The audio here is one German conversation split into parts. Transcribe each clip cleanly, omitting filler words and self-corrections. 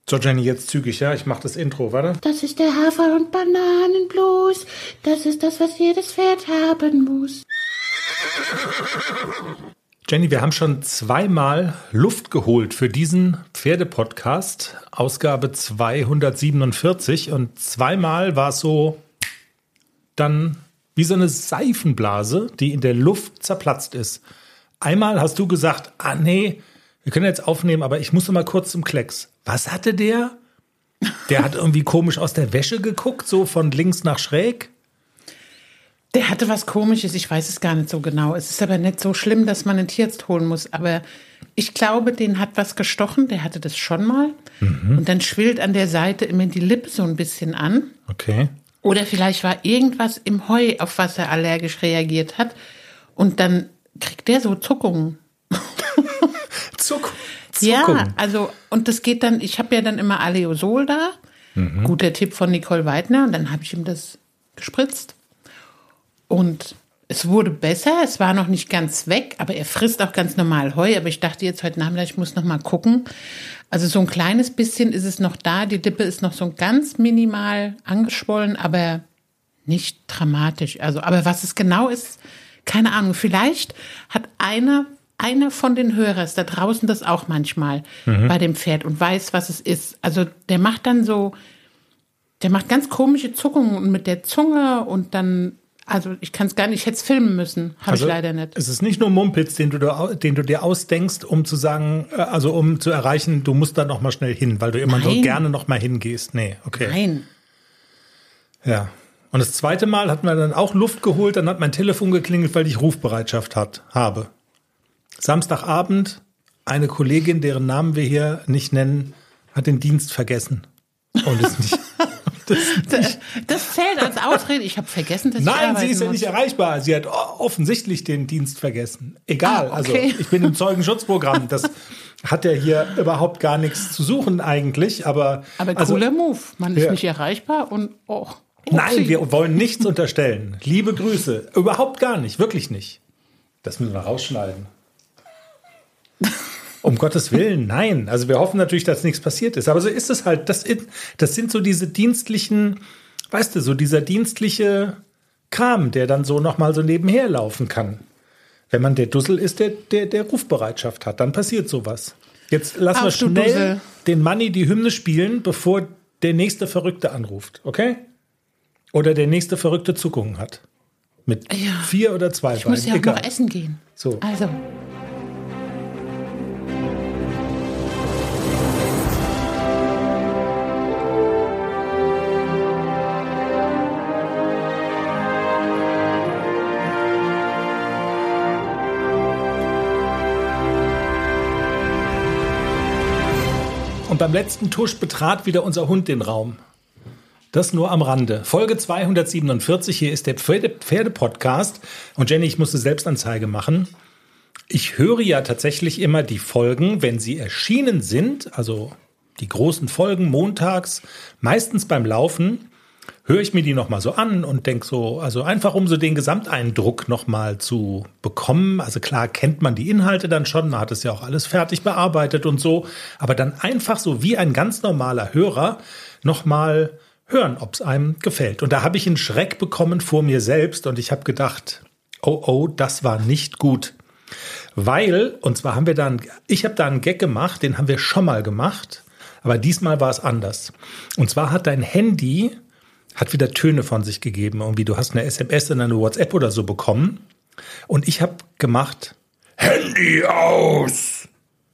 So, Jenny, jetzt zügig, ja? Ich mach das Intro, warte. Das ist der Hafer- und Bananenblues. Das ist das, was jedes Pferd haben muss. Jenny, wir haben schon zweimal Luft geholt für diesen Pferdepodcast, Ausgabe 247. Und zweimal war es so dann wie so eine Seifenblase, die in der Luft zerplatzt ist. Einmal hast du gesagt, nee, wir können jetzt aufnehmen, aber ich muss noch mal kurz zum Klecks. Was hatte der? Der hat irgendwie komisch aus der Wäsche geguckt, so von links nach schräg. Der hatte was Komisches, ich weiß es gar nicht so genau. Es ist aber nicht so schlimm, dass man einen Tierarzt holen muss. Aber ich glaube, den hat was gestochen, der hatte das schon mal. Und dann schwillt an der Seite immer die Lippe so ein bisschen an. Okay. Oder vielleicht war irgendwas im Heu, auf was er allergisch reagiert hat. Und dann kriegt der so Zuckungen. Zuckung. Ja, also, und das geht dann, ich habe ja dann immer Aleosol da. Guter Tipp von Nicole Weidner. Und dann habe ich ihm das gespritzt. Und es wurde besser, es war noch nicht ganz weg, aber er frisst auch ganz normal Heu. Aber ich dachte jetzt heute Nachmittag, ich muss noch mal gucken. Also so ein kleines bisschen ist es noch da. Die Lippe ist noch so ganz minimal angeschwollen, aber nicht dramatisch. Also, aber was es genau ist, keine Ahnung. Vielleicht hat einer von den Hörern da draußen das auch manchmal bei dem Pferd und weiß, was es ist. Also der macht dann so, der macht ganz komische Zuckungen mit der Zunge und dann, also ich kann es gar nicht, ich hätte es filmen müssen, habe ich leider nicht. Es ist nicht nur Mumpitz, den du dir ausdenkst, um zu sagen, also um zu erreichen, du musst da noch mal schnell hin, weil du immer so gerne noch mal hingehst. Nee, okay. Nein. Ja. Und das zweite Mal hatten wir dann auch Luft geholt, dann hat mein Telefon geklingelt, weil ich Rufbereitschaft habe. Samstagabend, eine Kollegin, deren Namen wir hier nicht nennen, hat den Dienst vergessen. Und ist nicht. Das zählt als Ausrede. Ich habe vergessen, dass Nein, ich sie ist ja muss. nicht erreichbar. Sie hat offensichtlich den Dienst vergessen. Egal, Okay. Also ich bin im Zeugenschutzprogramm. Das hat ja hier überhaupt gar nichts zu suchen eigentlich. Aber Cooler Move. Man ist nicht erreichbar und Nein, wir wollen nichts unterstellen. Liebe Grüße. Überhaupt gar nicht, wirklich nicht. Das müssen wir rausschneiden. Um Gottes Willen, nein. Also wir hoffen natürlich, dass nichts passiert ist. Aber so ist es halt. Das sind so diese dienstlichen, weißt du, so dieser dienstliche Kram, der dann so nochmal so nebenher laufen kann. Wenn man der Dussel ist, der Rufbereitschaft hat, dann passiert sowas. Jetzt lassen wir schnell den Manni die Hymne spielen, bevor der nächste Verrückte anruft, okay? Oder der nächste Verrückte Zuckungen hat. Mit 4 oder 2 Beinen. Ich muss ja auch noch essen gehen. So. Also. Und beim letzten Tusch betrat wieder unser Hund den Raum. Das nur am Rande. Folge 247, hier ist der Pferde-Podcast. Und Jenny, ich musste Selbstanzeige machen. Ich höre ja tatsächlich immer die Folgen, wenn sie erschienen sind, also die großen Folgen montags, meistens beim Laufen, höre ich mir die nochmal so an und denke so, also einfach um so den Gesamteindruck nochmal zu bekommen. Also klar kennt man die Inhalte dann schon, man hat es ja auch alles fertig bearbeitet und so, aber dann einfach so wie ein ganz normaler Hörer nochmal hören, ob es einem gefällt. Und da habe ich einen Schreck bekommen vor mir selbst und ich habe gedacht, oh, das war nicht gut. Weil, und zwar ich habe da einen Gag gemacht, den haben wir schon mal gemacht, aber diesmal war es anders. Und zwar hat dein Handy wieder Töne von sich gegeben. Irgendwie, du hast eine SMS in eine WhatsApp oder so bekommen. Und ich habe gemacht, Handy aus.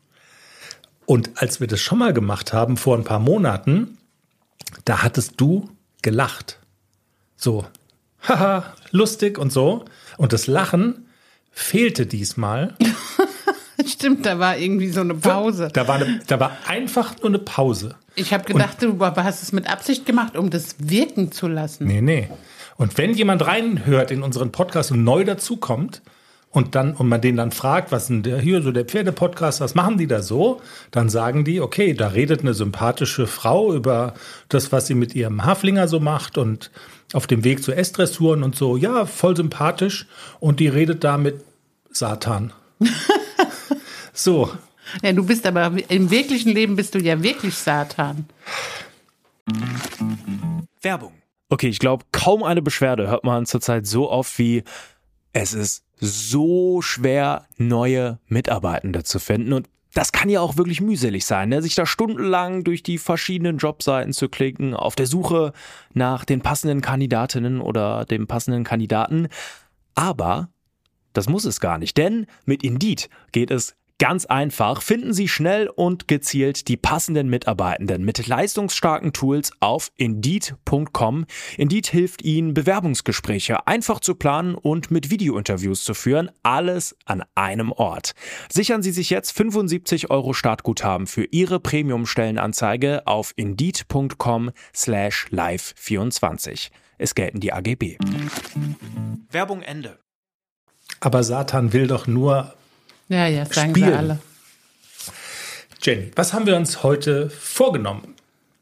Und als wir das schon mal gemacht haben, vor ein paar Monaten, da hattest du gelacht. So, haha, lustig und so. Und das Lachen fehlte diesmal. Stimmt, da war irgendwie so eine Pause. Da war einfach nur eine Pause. Ich habe gedacht, du hast es mit Absicht gemacht, um das wirken zu lassen. Nee. Und wenn jemand reinhört in unseren Podcast und neu dazukommt und man den dann fragt, was denn hier so der Pferde-Podcast, was machen die da so? Dann sagen die, okay, da redet eine sympathische Frau über das, was sie mit ihrem Haflinger so macht und auf dem Weg zu S-Dressuren und so. Ja, voll sympathisch. Und die redet da mit Satan. So. Ja, du bist aber im wirklichen Leben bist du ja wirklich Satan. Werbung. Okay, ich glaube, kaum eine Beschwerde hört man zurzeit so oft wie: Es ist so schwer, neue Mitarbeitende zu finden. Und das kann ja auch wirklich mühselig sein, ne? Sich da stundenlang durch die verschiedenen Jobseiten zu klicken, auf der Suche nach den passenden Kandidatinnen oder dem passenden Kandidaten. Aber das muss es gar nicht, denn mit Indeed geht es ganz einfach. Finden Sie schnell und gezielt die passenden Mitarbeitenden mit leistungsstarken Tools auf Indeed.com. Indeed hilft Ihnen, Bewerbungsgespräche einfach zu planen und mit Videointerviews zu führen. Alles an einem Ort. Sichern Sie sich jetzt 75 € Startguthaben für Ihre Premium-Stellenanzeige auf Indeed.com/live24. Es gelten die AGB. Werbung Ende. Aber Satan will doch nur Ja, sagen spielen. sie alle. Jenny, was haben wir uns heute vorgenommen?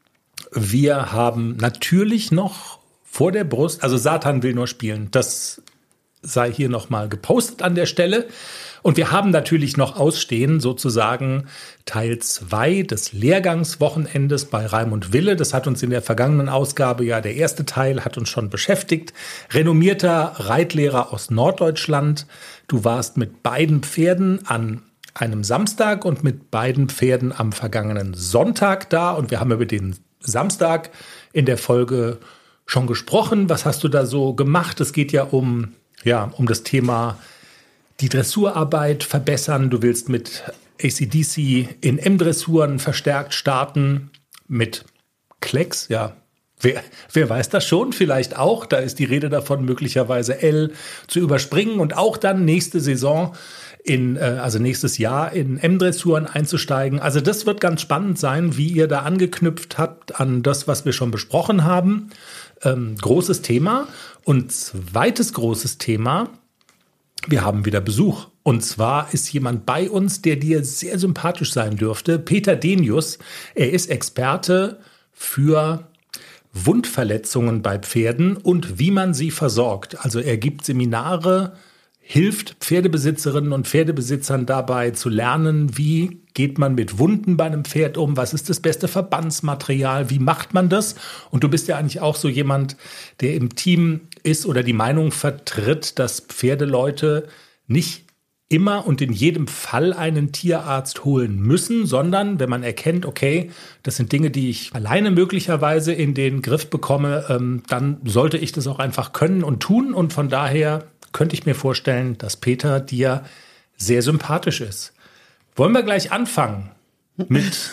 Wir haben natürlich noch vor der Brust, also Satan will nur spielen, das sei hier nochmal gepostet an der Stelle. Und wir haben natürlich noch ausstehen, sozusagen Teil 2 des Lehrgangswochenendes bei Reim und Wille. Das hat uns in der vergangenen Ausgabe, ja, der erste Teil hat uns schon beschäftigt. Renommierter Reitlehrer aus Norddeutschland. Du warst mit beiden Pferden an einem Samstag und mit beiden Pferden am vergangenen Sonntag da. Und wir haben über den Samstag in der Folge schon gesprochen. Was hast du da so gemacht? Es geht ja um das Thema die Dressurarbeit verbessern. Du willst mit AC/DC in M-Dressuren verstärkt starten, mit Klecks, ja. Wer weiß das schon? Vielleicht auch. Da ist die Rede davon, möglicherweise L zu überspringen und auch dann nächste Saison nächstes Jahr in M-Dressuren einzusteigen. Also das wird ganz spannend sein, wie ihr da angeknüpft habt an das, was wir schon besprochen haben. Großes Thema. Und zweites großes Thema: Wir haben wieder Besuch. Und zwar ist jemand bei uns, der dir sehr sympathisch sein dürfte. Peter Denius. Er ist Experte für Wundverletzungen bei Pferden und wie man sie versorgt. Also er gibt Seminare, hilft Pferdebesitzerinnen und Pferdebesitzern dabei zu lernen, wie geht man mit Wunden bei einem Pferd um, was ist das beste Verbandsmaterial, wie macht man das? Und du bist ja eigentlich auch so jemand, der im Team ist oder die Meinung vertritt, dass Pferdeleute nicht immer und in jedem Fall einen Tierarzt holen müssen, sondern wenn man erkennt, okay, das sind Dinge, die ich alleine möglicherweise in den Griff bekomme, dann sollte ich das auch einfach können und tun. Und von daher könnte ich mir vorstellen, dass Peter dir sehr sympathisch ist. Wollen wir gleich anfangen mit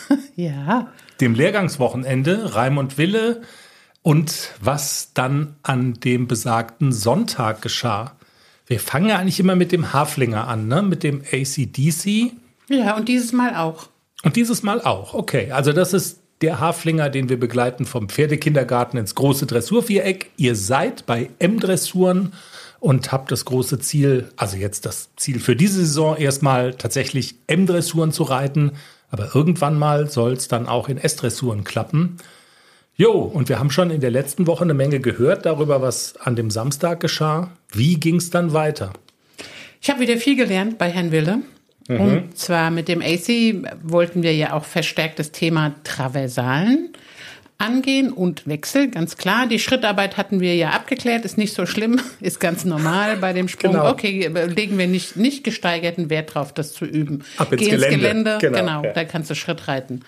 dem Lehrgangswochenende, Reim und Wille und was dann an dem besagten Sonntag geschah? Wir fangen ja eigentlich immer mit dem Haflinger an, ne? Mit dem AC/DC. Ja, und dieses Mal auch. Und dieses Mal auch, okay. Also das ist der Haflinger, den wir begleiten vom Pferdekindergarten ins große Dressurviereck. Ihr seid bei M-Dressuren und habt das große Ziel, also jetzt das Ziel für diese Saison, erstmal tatsächlich M-Dressuren zu reiten. Aber irgendwann mal soll es dann auch in S-Dressuren klappen. Jo, und wir haben schon in der letzten Woche eine Menge gehört darüber, was an dem Samstag geschah. Wie ging es dann weiter? Ich habe wieder viel gelernt bei Herrn Wille. Und zwar mit dem AC wollten wir ja auch verstärkt das Thema Traversalen angehen und Wechsel, ganz klar. Die Schrittarbeit hatten wir ja abgeklärt, ist nicht so schlimm, ist ganz normal bei dem Sprung. Genau. Okay, legen wir nicht gesteigerten Wert drauf, das zu üben. Ab ins Geh ins Gelände. Genau, Ja. da kannst du Schritt reiten.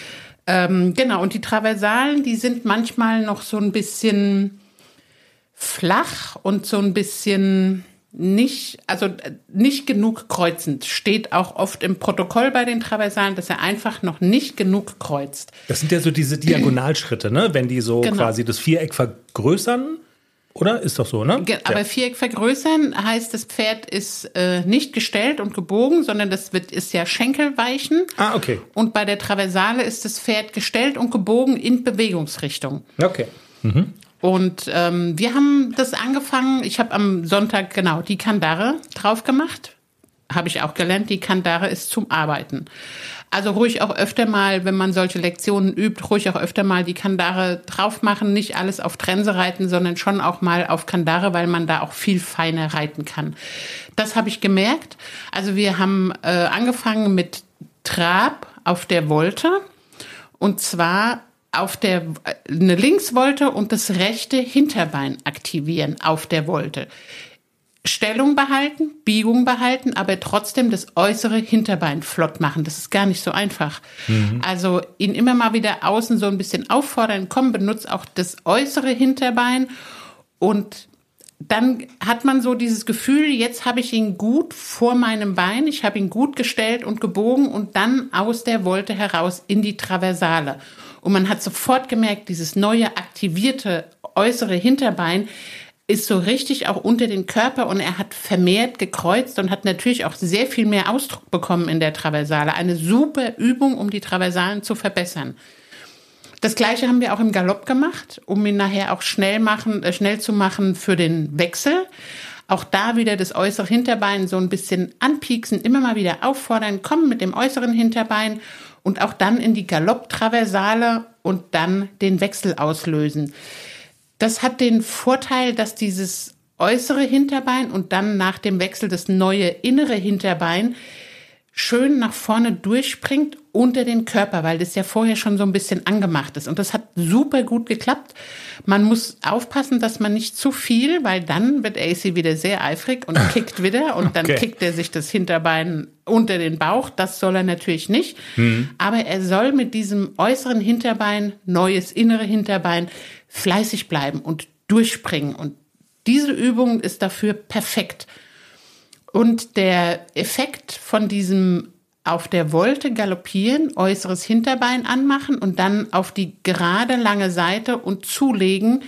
Genau, und die Traversalen, die sind manchmal noch so ein bisschen flach und so ein bisschen nicht genug kreuzend. Steht auch oft im Protokoll bei den Traversalen, dass er einfach noch nicht genug kreuzt. Das sind ja so diese Diagonalschritte, ne? Wenn die so quasi das Viereck vergrößern, oder? Ist doch so, ne? Aber Viereck vergrößern heißt, das Pferd ist nicht gestellt und gebogen, sondern ist ja Schenkelweichen. Ah, okay. Und bei der Traversale ist das Pferd gestellt und gebogen in Bewegungsrichtung. Okay. Und wir haben das angefangen, ich habe am Sonntag die Kandare drauf gemacht. Habe ich auch gelernt, die Kandare ist zum Arbeiten. Also ruhig auch öfter mal, wenn man solche Lektionen übt, ruhig auch öfter mal die Kandare drauf machen. Nicht alles auf Trense reiten, sondern schon auch mal auf Kandare, weil man da auch viel feiner reiten kann. Das habe ich gemerkt. Also wir haben angefangen mit Trab auf der Wolte. Und zwar eine Linkswolte und das rechte Hinterbein aktivieren auf der Wolte. Stellung behalten, Biegung behalten, aber trotzdem das äußere Hinterbein flott machen. Das ist gar nicht so einfach. Also ihn immer mal wieder außen so ein bisschen auffordern, komm, benutzt auch das äußere Hinterbein. Und dann hat man so dieses Gefühl, jetzt habe ich ihn gut vor meinem Bein, ich habe ihn gut gestellt und gebogen und dann aus der Wolte heraus in die Traversale. Und man hat sofort gemerkt, dieses neue aktivierte äußere Hinterbein ist so richtig auch unter den Körper und er hat vermehrt gekreuzt und hat natürlich auch sehr viel mehr Ausdruck bekommen in der Traversale. Eine super Übung, um die Traversalen zu verbessern. Das Gleiche haben wir auch im Galopp gemacht, um ihn nachher auch schnell zu machen für den Wechsel. Auch da wieder das äußere Hinterbein so ein bisschen anpieksen, immer mal wieder auffordern, komm mit dem äußeren Hinterbein und auch dann in die Galopp-Traversale und dann den Wechsel auslösen. Das hat den Vorteil, dass dieses äußere Hinterbein und dann nach dem Wechsel das neue innere Hinterbein schön nach vorne durchspringt unter den Körper, weil das ja vorher schon so ein bisschen angemacht ist. Und das hat super gut geklappt. Man muss aufpassen, dass man nicht zu viel, weil dann wird AC wieder sehr eifrig und kickt wieder und dann kickt er sich das Hinterbein unter den Bauch. Das soll er natürlich nicht. Aber er soll mit diesem äußeren Hinterbein, neues innere Hinterbein, fleißig bleiben und durchspringen. Und diese Übung ist dafür perfekt. Und der Effekt von diesem auf der Wolte galoppieren, äußeres Hinterbein anmachen und dann auf die gerade lange Seite und zulegen,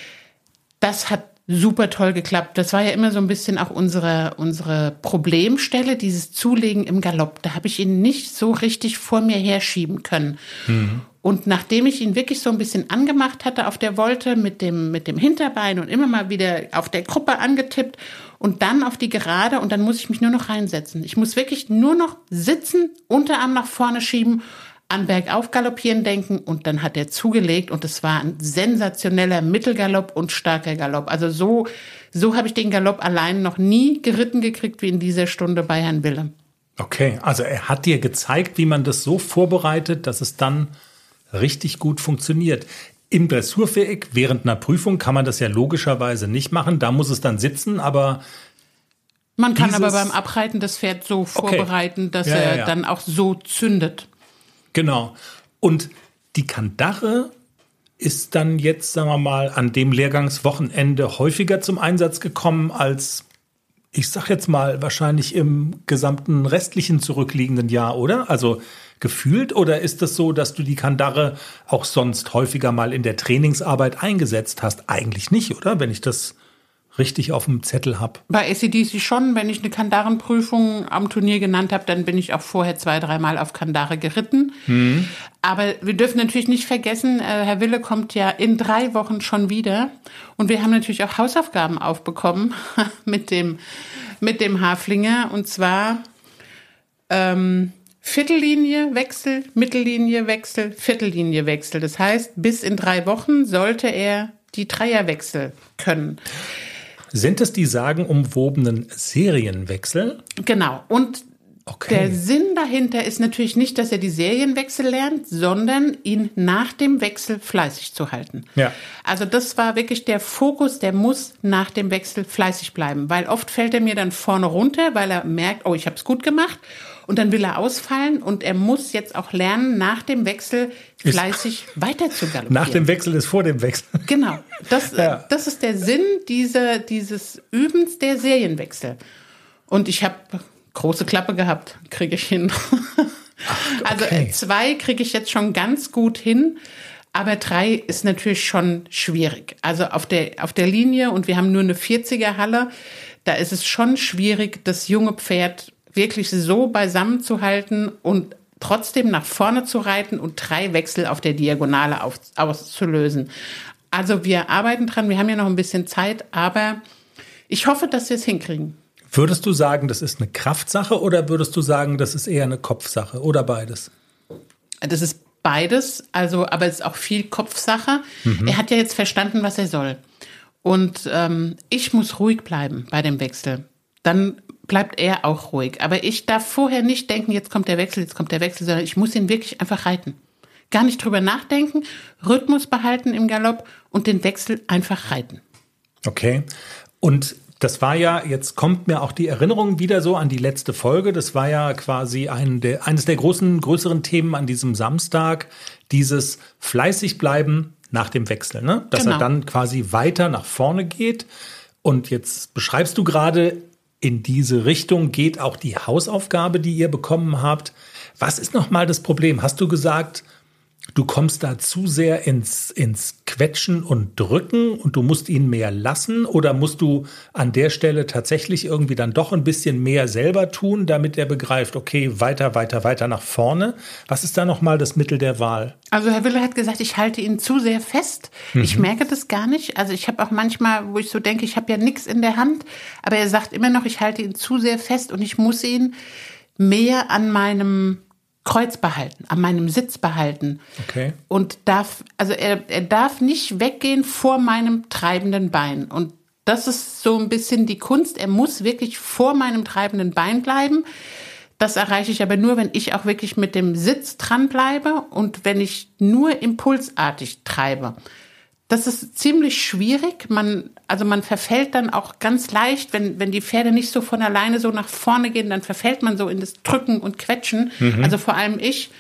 das hat super toll geklappt. Das war ja immer so ein bisschen auch unsere Problemstelle, dieses Zulegen im Galopp. Da habe ich ihn nicht so richtig vor mir herschieben können. Und nachdem ich ihn wirklich so ein bisschen angemacht hatte auf der Wolte mit dem Hinterbein und immer mal wieder auf der Gruppe angetippt und dann auf die Gerade und dann muss ich mich nur noch reinsetzen. Ich muss wirklich nur noch sitzen, Unterarm nach vorne schieben, an Bergauf galoppieren denken und dann hat er zugelegt und es war ein sensationeller Mittelgalopp und starker Galopp. Also so habe ich den Galopp allein noch nie geritten gekriegt wie in dieser Stunde bei Herrn Wille. Okay, also er hat dir gezeigt, wie man das so vorbereitet, dass es dann richtig gut funktioniert. Im Dressurviereck während einer Prüfung kann man das ja logischerweise nicht machen. Da muss es dann sitzen, aber man kann aber beim Abreiten das Pferd so vorbereiten, dass er dann auch so zündet. Genau. Und die Kandare ist dann jetzt, sagen wir mal, an dem Lehrgangswochenende häufiger zum Einsatz gekommen als, ich sag jetzt mal, wahrscheinlich im gesamten restlichen zurückliegenden Jahr, oder? Also gefühlt, oder ist es so, dass du die Kandare auch sonst häufiger mal in der Trainingsarbeit eingesetzt hast? Eigentlich nicht, oder? Wenn ich das richtig auf dem Zettel habe. Bei AC/DC schon. Wenn ich eine Kandarenprüfung am Turnier genannt habe, dann bin ich auch vorher 2-3 Mal auf Kandare geritten. Aber wir dürfen natürlich nicht vergessen, Herr Wille kommt ja in 3 Wochen schon wieder. Und wir haben natürlich auch Hausaufgaben aufbekommen mit dem Haflinger. Und zwar Viertellinie, Wechsel, Mittellinie, Wechsel, Viertellinie, Wechsel. Das heißt, bis in 3 Wochen sollte er die Dreierwechsel können. Sind es die sagenumwobenen Serienwechsel? Genau. Und der Sinn dahinter ist natürlich nicht, dass er die Serienwechsel lernt, sondern ihn nach dem Wechsel fleißig zu halten. Ja. Also das war wirklich der Fokus, der muss nach dem Wechsel fleißig bleiben. Weil oft fällt er mir dann vorne runter, weil er merkt, oh, ich habe es gut gemacht. Und dann will er ausfallen und er muss jetzt auch lernen, nach dem Wechsel fleißig weiter zu galoppieren. Nach dem Wechsel ist vor dem Wechsel. Genau. Das ist der Sinn dieses Übens der Serienwechsel. Und ich habe große Klappe gehabt, kriege ich hin. Also 2 kriege ich jetzt schon ganz gut hin, aber 3 ist natürlich schon schwierig. Also auf der Linie, und wir haben nur eine 40er Halle, da ist es schon schwierig, das junge Pferd wirklich so beisammen zu halten und trotzdem nach vorne zu reiten und 3 Wechsel auf der Diagonale auszulösen. Also wir arbeiten dran, wir haben ja noch ein bisschen Zeit, aber ich hoffe, dass wir es hinkriegen. Würdest du sagen, das ist eine Kraftsache oder würdest du sagen, das ist eher eine Kopfsache oder beides? Das ist beides, aber es ist auch viel Kopfsache. Er hat ja jetzt verstanden, was er soll. Und ich muss ruhig bleiben bei dem Wechsel. Dann bleibt er auch ruhig. Aber ich darf vorher nicht denken, jetzt kommt der Wechsel, sondern ich muss ihn wirklich einfach reiten. Gar nicht drüber nachdenken, Rhythmus behalten im Galopp und den Wechsel einfach reiten. Okay. Und das war ja, jetzt kommt mir auch die Erinnerung wieder so an die letzte Folge. Das war ja quasi eines der größeren Themen an diesem Samstag, dieses fleißig bleiben nach dem Wechsel, ne? Dass er dann quasi weiter nach vorne geht. Und jetzt beschreibst du gerade, in diese Richtung geht auch die Hausaufgabe, die ihr bekommen habt. Was ist nochmal das Problem? Hast du gesagt, du kommst da zu sehr ins Quetschen und Drücken und du musst ihn mehr lassen? Oder musst du an der Stelle tatsächlich irgendwie dann doch ein bisschen mehr selber tun, damit er begreift, okay, weiter nach vorne? Was ist da nochmal das Mittel der Wahl? Also Herr Wille hat gesagt, ich halte ihn zu sehr fest. Ich merke das gar nicht. Also ich habe auch manchmal, wo ich so denke, ich habe ja nichts in der Hand. Aber er sagt immer noch, ich halte ihn zu sehr fest und ich muss ihn mehr an meinem Kreuz behalten, an meinem Sitz behalten. Okay. Und er darf nicht weggehen vor meinem treibenden Bein. Und das ist so ein bisschen die Kunst. Er muss wirklich vor meinem treibenden Bein bleiben. Das erreiche ich aber nur, wenn ich auch wirklich mit dem Sitz dran bleibe und wenn ich nur impulsartig treibe. Das ist ziemlich schwierig. Man verfällt dann auch ganz leicht, wenn die Pferde nicht so von alleine so nach vorne gehen, dann verfällt man so in das Drücken und Quetschen. Also vor allem ich.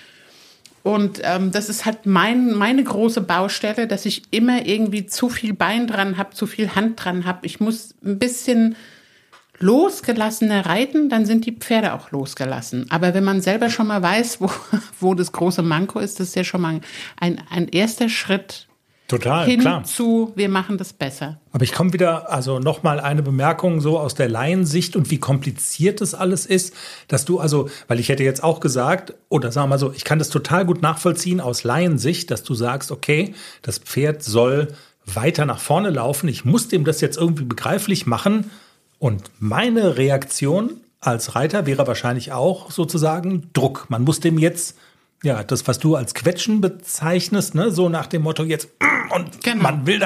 Und das ist halt meine große Baustelle, dass ich immer irgendwie zu viel Bein dran habe, zu viel Hand dran habe. Ich muss ein bisschen losgelassener reiten, dann sind die Pferde auch losgelassen. Aber wenn man selber schon mal weiß, wo das große Manko ist, das ist ja schon mal ein erster Schritt. Total, klar. Zu, wir machen das besser. Aber ich komme wieder, also nochmal eine Bemerkung so aus der Laiensicht und wie kompliziert das alles ist, dass du weil ich hätte jetzt auch gesagt, oder sagen wir mal so, ich kann das total gut nachvollziehen aus Laiensicht, dass du sagst, okay, das Pferd soll weiter nach vorne laufen, ich muss dem das jetzt irgendwie begreiflich machen und meine Reaktion als Reiter wäre wahrscheinlich auch sozusagen Druck. Man muss dem jetzt das, was du als Quetschen bezeichnest, ne, so nach dem Motto jetzt, und man will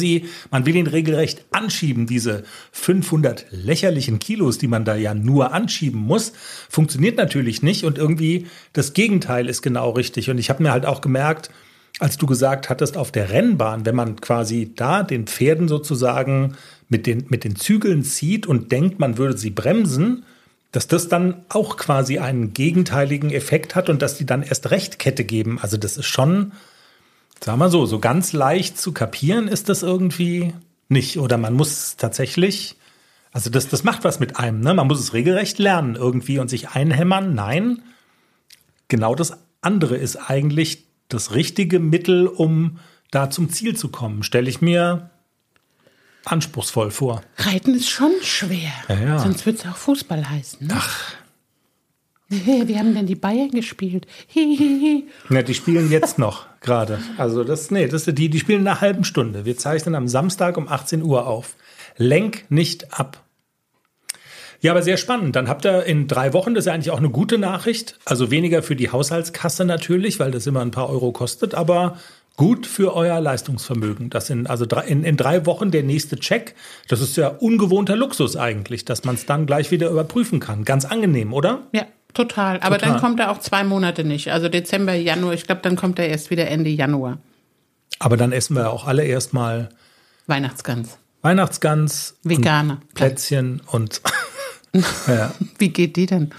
ihn regelrecht anschieben, diese 500 lächerlichen Kilos, die man da ja nur anschieben muss, funktioniert natürlich nicht und irgendwie das Gegenteil ist genau richtig. Und ich habe mir halt auch gemerkt, als du gesagt hattest, auf der Rennbahn, wenn man quasi da den Pferden sozusagen mit den Zügeln zieht und denkt, man würde sie bremsen, dass das dann auch quasi einen gegenteiligen Effekt hat und dass die dann erst recht Kette geben. Also das ist schon, sagen wir so ganz leicht zu kapieren ist das irgendwie nicht. Oder man muss tatsächlich, also das macht was mit einem, ne? Man muss es regelrecht lernen irgendwie und sich einhämmern. Nein, genau das andere ist eigentlich das richtige Mittel, um da zum Ziel zu kommen, stelle ich mir anspruchsvoll vor. Reiten ist schon schwer. Ja. Sonst wird es auch Fußball heißen. Ne? Ach. Wie haben denn die Bayern gespielt? Ja, die spielen jetzt noch gerade. Also die spielen in einer halben Stunde. Wir zeichnen am Samstag um 18 Uhr auf. Lenk nicht ab. Ja, aber sehr spannend. Dann habt ihr in 3 Wochen, das ist ja eigentlich auch eine gute Nachricht, also weniger für die Haushaltskasse natürlich, weil das immer ein paar Euro kostet, aber gut für euer Leistungsvermögen. Das sind also in 3 Wochen der nächste Check. Das ist ja ungewohnter Luxus eigentlich, dass man es dann gleich wieder überprüfen kann. Ganz angenehm, oder? Ja, total. Aber dann kommt er auch 2 Monate nicht. Also Dezember, Januar. Ich glaube, dann kommt er erst wieder Ende Januar. Aber dann essen wir auch alle erstmal Weihnachtsgans. Veganer. Und Plätzchen und ja. Wie geht die denn?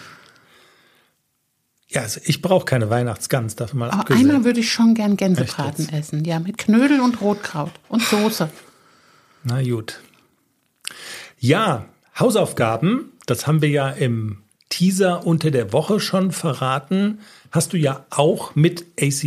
Ja, also ich brauche keine Weihnachtsgans, davon mal abgesehen. Einmal würde ich schon gern Gänsebraten essen. Ja, mit Knödel und Rotkraut und Soße. Na gut. Ja, Hausaufgaben, das haben wir ja im Teaser unter der Woche schon verraten. Hast du ja auch mit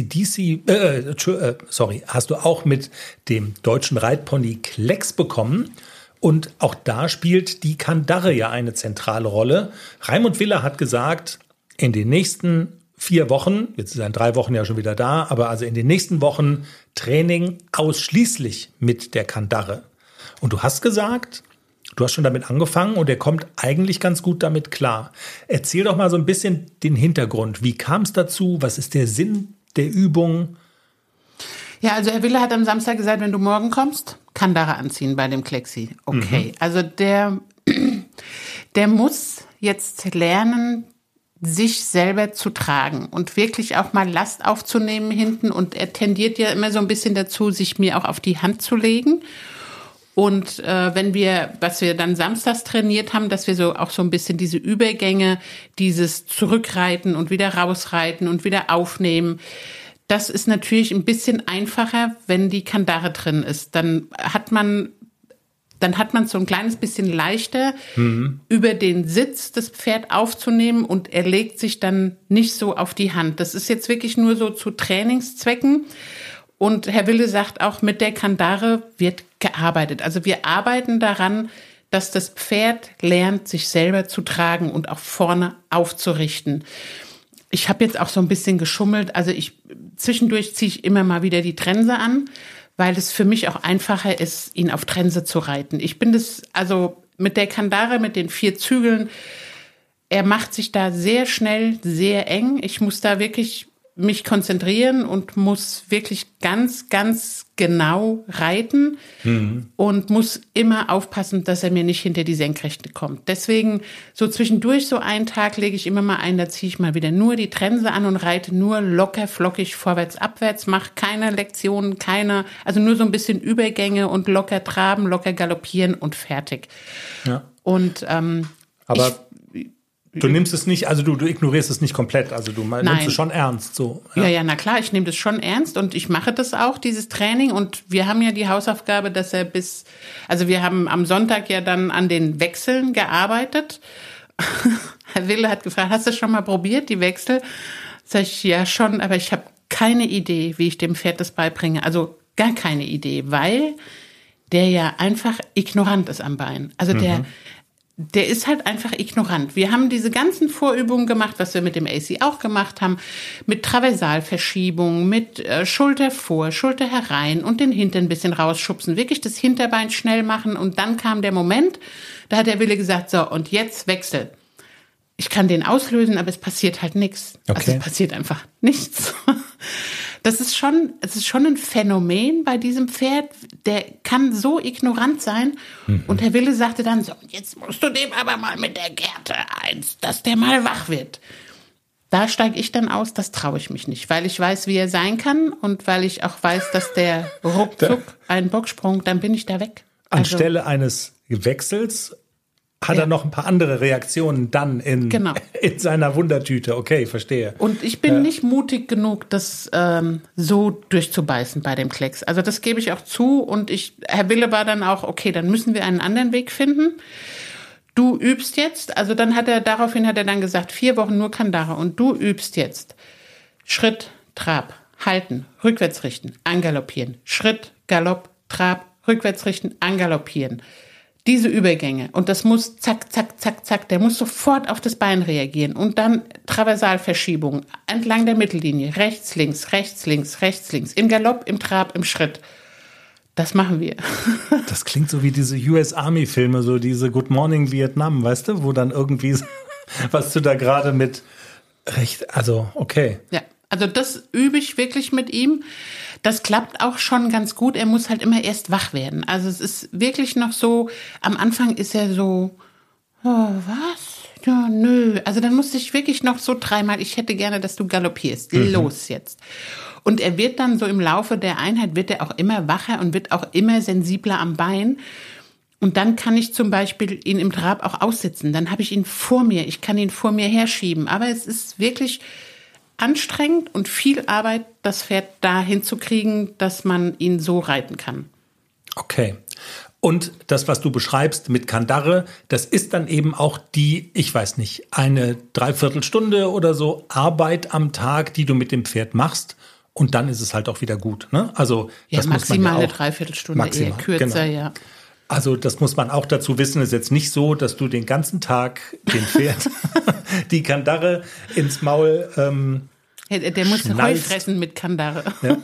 hast du auch mit dem deutschen Reitpony Klecks bekommen. Und auch da spielt die Kandare ja eine zentrale Rolle. Raimund Willer hat gesagt, in den nächsten 4 Wochen, jetzt ist er in 3 Wochen ja schon wieder da, aber also in den nächsten Wochen Training ausschließlich mit der Kandare. Und du hast gesagt, du hast schon damit angefangen und er kommt eigentlich ganz gut damit klar. Erzähl doch mal so ein bisschen den Hintergrund. Wie kam es dazu? Was ist der Sinn der Übung? Ja, also Herr Willer hat am Samstag gesagt, wenn du morgen kommst, Kandare anziehen bei dem Klexi. Okay, also der muss jetzt lernen, sich selber zu tragen und wirklich auch mal Last aufzunehmen hinten. Und er tendiert ja immer so ein bisschen dazu, sich mir auch auf die Hand zu legen. Und was wir dann samstags trainiert haben, dass wir so auch so ein bisschen diese Übergänge, dieses Zurückreiten und wieder rausreiten und wieder aufnehmen, das ist natürlich ein bisschen einfacher, wenn die Kandare drin ist. Dann hat man so ein kleines bisschen leichter, über den Sitz das Pferd aufzunehmen und er legt sich dann nicht so auf die Hand. Das ist jetzt wirklich nur so zu Trainingszwecken. Und Herr Wille sagt auch, mit der Kandare wird gearbeitet. Also wir arbeiten daran, dass das Pferd lernt, sich selber zu tragen und auch vorne aufzurichten. Ich habe jetzt auch so ein bisschen geschummelt. Also zwischendurch ziehe ich immer mal wieder die Trense an, weil es für mich auch einfacher ist, ihn auf Trense zu reiten. Ich bin also mit der Kandare, mit den 4 Zügeln, er macht sich da sehr schnell, sehr eng. Ich muss da wirklich mich konzentrieren und muss wirklich ganz, ganz genau reiten und muss immer aufpassen, dass er mir nicht hinter die Senkrechte kommt. Deswegen so zwischendurch so einen Tag lege ich immer mal ein, da ziehe ich mal wieder nur die Trense an und reite nur locker, flockig vorwärts, abwärts, mache keine Lektionen, also nur so ein bisschen Übergänge und locker traben, locker galoppieren und fertig. Ja. Und aber du nimmst es nicht, also du ignorierst es nicht komplett, also du nimmst es schon ernst. So. Ja, na klar, ich nehme das schon ernst und ich mache das auch, dieses Training. Und wir haben ja die Hausaufgabe, dass er also wir haben am Sonntag ja dann an den Wechseln gearbeitet. Herr Wille hat gefragt, hast du schon mal probiert, die Wechsel? Sag ich, ja schon, aber ich habe keine Idee, wie ich dem Pferd das beibringe. Also gar keine Idee, weil der ja einfach ignorant ist am Bein. Also der ist halt einfach ignorant. Wir haben diese ganzen Vorübungen gemacht, was wir mit dem AC auch gemacht haben, mit Traversalverschiebung, mit Schulter vor, Schulter herein und den Hintern ein bisschen rausschubsen, wirklich das Hinterbein schnell machen. Und dann kam der Moment, da hat der Wille gesagt, so, und jetzt Wechsel. Ich kann den auslösen, aber es passiert halt nichts. Okay. Also es passiert einfach nichts. Es ist schon ein Phänomen bei diesem Pferd, der kann so ignorant sein. Und Herr Wille sagte dann so, jetzt musst du dem aber mal mit der Gerte dass der mal wach wird. Da steige ich dann aus, das traue ich mich nicht, weil ich weiß, wie er sein kann und weil ich auch weiß, dass der ruckzuck einen Bocksprung, dann bin ich da weg. Anstelle eines Wechsels hat er noch ein paar andere Reaktionen dann in seiner Wundertüte. Okay, verstehe. Und ich bin nicht mutig genug, das so durchzubeißen bei dem Klecks. Also das gebe ich auch zu. Und Herr Wille war dann auch, okay, dann müssen wir einen anderen Weg finden. Du übst jetzt, also daraufhin hat er dann gesagt, 4 Wochen nur Kandare. Und du übst jetzt Schritt, Trab, halten, rückwärts richten, angaloppieren. Schritt, Galopp, Trab, rückwärts richten, angaloppieren. Diese Übergänge. Und das muss zack, zack, zack, zack. Der muss sofort auf das Bein reagieren. Und dann Traversalverschiebung entlang der Mittellinie. Rechts, links, rechts, links, rechts, links. Im Galopp, im Trab, im Schritt. Das machen wir. Das klingt so wie diese US Army Filme, so diese Good Morning Vietnam, weißt du, wo dann irgendwie, was du da gerade mit also okay. Ja, also das übe ich wirklich mit ihm. Das klappt auch schon ganz gut. Er muss halt immer erst wach werden. Also es ist wirklich noch so, am Anfang ist er so, oh, was? Ja, nö. Also dann musste ich wirklich noch so 3-mal, ich hätte gerne, dass du galoppierst. Los jetzt. Und er wird dann so im Laufe der Einheit, wird er auch immer wacher und wird auch immer sensibler am Bein. Und dann kann ich zum Beispiel ihn im Trab auch aussitzen. Dann habe ich ihn vor mir. Ich kann ihn vor mir herschieben. Aber es ist wirklich anstrengend und viel Arbeit, das Pferd da hinzukriegen, dass man ihn so reiten kann. Okay. Und das, was du beschreibst mit Kandare, das ist dann eben auch die, ich weiß nicht, eine Dreiviertelstunde oder so Arbeit am Tag, die du mit dem Pferd machst. Und dann ist es halt auch wieder gut. Ne? Also ja, das muss man maximal ja auch, eine Dreiviertelstunde, eher kürzer, ja. Also das muss man auch dazu wissen, ist jetzt nicht so, dass du den ganzen Tag dem Pferd die Kandare ins Maul der muss Heu fressen mit Kandare. Ja.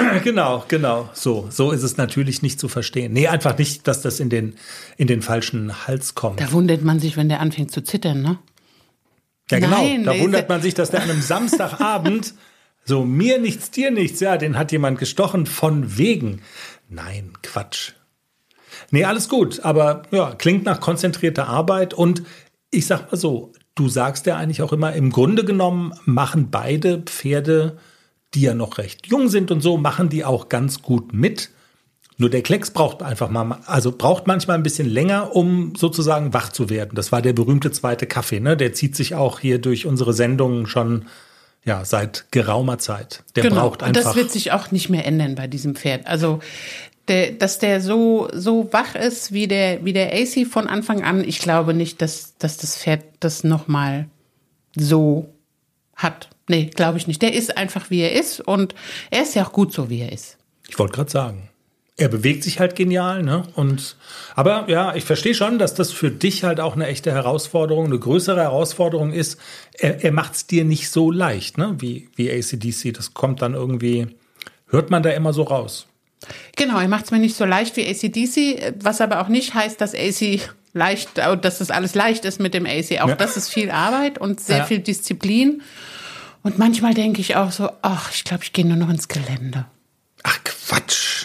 Genau. So ist es natürlich nicht zu verstehen. Nee, einfach nicht, dass das in den falschen Hals kommt. Da wundert man sich, wenn der anfängt zu zittern, ne? Ja, genau. Nein, da wundert man sich, dass der an einem Samstagabend so, mir nichts, dir nichts, ja, den hat jemand gestochen, von wegen. Nein, Quatsch. Nee, alles gut, aber ja, klingt nach konzentrierter Arbeit und ich sag mal so, du sagst ja eigentlich auch immer, im Grunde genommen machen beide Pferde, die ja noch recht jung sind und so, machen die auch ganz gut mit. Nur der Klecks braucht braucht manchmal ein bisschen länger, um sozusagen wach zu werden. Das war der berühmte zweite Kaffee, ne? Der zieht sich auch hier durch unsere Sendungen schon seit geraumer Zeit. Der braucht einfach. Und das wird sich auch nicht mehr ändern bei diesem Pferd. Also dass der so wach ist wie der AC von Anfang an. Ich glaube nicht, dass das Pferd das nochmal so hat. Nee, glaube ich nicht. Der ist einfach, wie er ist. Und er ist ja auch gut so, wie er ist. Ich wollte gerade sagen. Er bewegt sich halt genial, ne? Aber ja, ich verstehe schon, dass das für dich halt auch eine echte Herausforderung, eine größere Herausforderung ist. Er macht es dir nicht so leicht, ne? Wie AC/DC. Das kommt dann irgendwie, hört man da immer so raus. Genau, er macht es mir nicht so leicht wie AC/DC, was aber auch nicht heißt, dass dass das alles leicht ist mit dem AC. Auch das ist viel Arbeit und sehr viel Disziplin. Und manchmal denke ich auch so, ich glaube, ich gehe nur noch ins Gelände. Ach, Quatsch.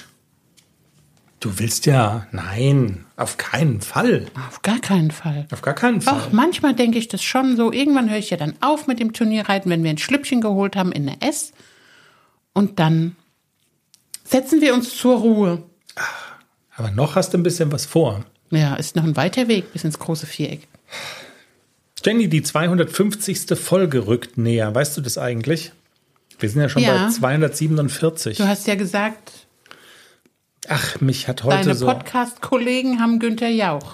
Du willst nein, auf keinen Fall. Auf gar keinen Fall. Auf gar keinen Fall. Ach, manchmal denke ich das schon so. Irgendwann höre ich ja dann auf mit dem Turnierreiten, wenn wir ein Schlüppchen geholt haben in der S. Und dann setzen wir uns zur Ruhe. Aber noch hast du ein bisschen was vor. Ja, ist noch ein weiter Weg bis ins große Viereck. Jenny, die 250. Folge rückt näher. Weißt du das eigentlich? Wir sind ja schon bei 247. Du hast ja gesagt... Ach, mich hat heute Deine Podcast-Kollegen haben Günther Jauch.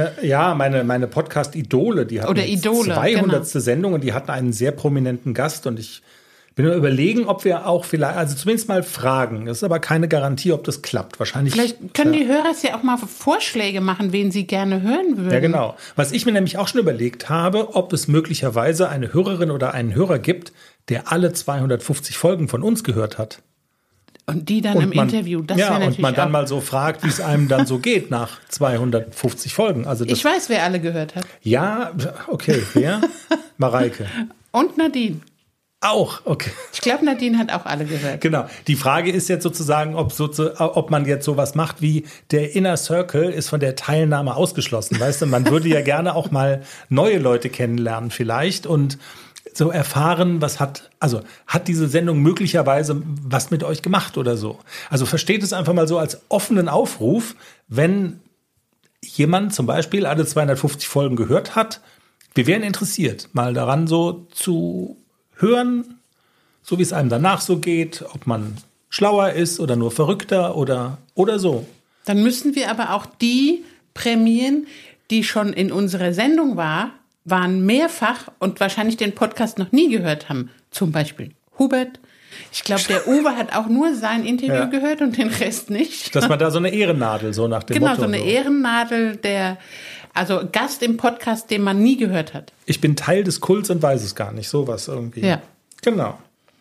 Meine Podcast-Idole, die hatten 200. Genau. Sendung und die hatten einen sehr prominenten Gast und ich bin nur überlegen, ob wir auch vielleicht, also zumindest mal fragen. Das ist aber keine Garantie, ob das klappt. Wahrscheinlich. Vielleicht können die Hörer ja auch mal Vorschläge machen, wen sie gerne hören würden. Ja, genau. Was ich mir nämlich auch schon überlegt habe, ob es möglicherweise eine Hörerin oder einen Hörer gibt, der alle 250 Folgen von uns gehört hat. Und die dann Interview, das wäre natürlich und man dann auch mal so fragt, wie es einem dann so geht nach 250 Folgen. Also ich weiß, wer alle gehört hat. Ja, okay, wer? Mareike. Und Nadine. Auch, okay. Ich glaube, Nadine hat auch alle gehört. Genau. Die Frage ist jetzt sozusagen, ob man jetzt sowas macht wie der Inner Circle ist von der Teilnahme ausgeschlossen. Weißt du, man würde ja gerne auch mal neue Leute kennenlernen vielleicht und so erfahren, hat diese Sendung möglicherweise was mit euch gemacht oder so. Also versteht es einfach mal so als offenen Aufruf, wenn jemand zum Beispiel alle 250 Folgen gehört hat, wir wären interessiert, mal daran so zu hören, so wie es einem danach so geht, ob man schlauer ist oder nur verrückter oder so. Dann müssen wir aber auch die prämieren, die schon in unserer Sendung waren mehrfach und wahrscheinlich den Podcast noch nie gehört haben. Zum Beispiel Hubert. Ich glaube, der Uwe hat auch nur sein Interview gehört und den Rest nicht. Dass man da so eine Ehrennadel, so nach dem Motto. Genau, so eine Ehrennadel, also Gast im Podcast, den man nie gehört hat. Ich bin Teil des Kults und weiß es gar nicht, sowas irgendwie. Ja. Genau.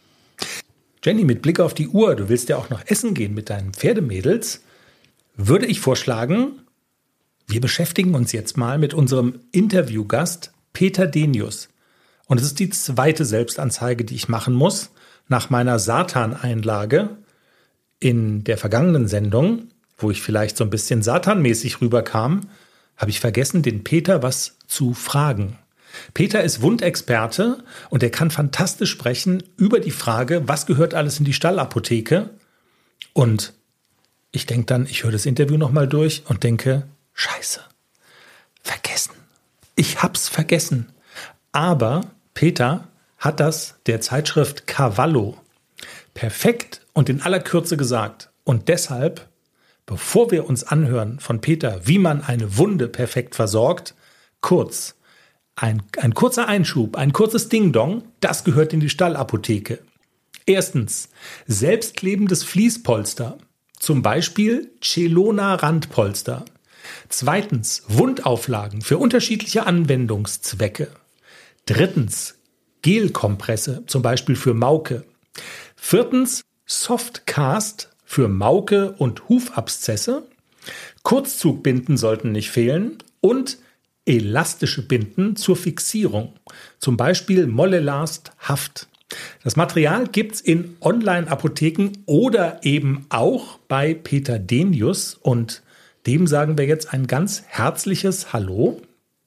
Jenny, mit Blick auf die Uhr, du willst ja auch noch essen gehen mit deinen Pferdemädels, würde ich vorschlagen, wir beschäftigen uns jetzt mal mit unserem Interviewgast Peter Denius. Und es ist die zweite Selbstanzeige, die ich machen muss, nach meiner Satan-Einlage in der vergangenen Sendung, wo ich vielleicht so ein bisschen satanmäßig rüberkam, habe ich vergessen, den Peter was zu fragen. Peter ist Wundexperte und er kann fantastisch sprechen über die Frage, was gehört alles in die Stallapotheke? Und ich denke dann, ich höre das Interview nochmal durch und denke, Scheiße, vergessen. Ich hab's vergessen. Aber Peter hat das der Zeitschrift Cavallo perfekt und in aller Kürze gesagt. Und deshalb, bevor wir uns anhören von Peter, wie man eine Wunde perfekt versorgt, ein kurzer Einschub, ein kurzes Ding-Dong, das gehört in die Stallapotheke. Erstens, selbstklebendes Fließpolster, zum Beispiel Celona-Randpolster. Zweitens, Wundauflagen für unterschiedliche Anwendungszwecke. Drittens, Gelkompresse, zum Beispiel für Mauke. Viertens, Softcast für Mauke und Hufabszesse. Kurzzugbinden sollten nicht fehlen und elastische Binden zur Fixierung, zum Beispiel Mollelast Haft. Das Material gibt's in Online-Apotheken oder eben auch bei Peter Denius und dem sagen wir jetzt ein ganz herzliches Hallo.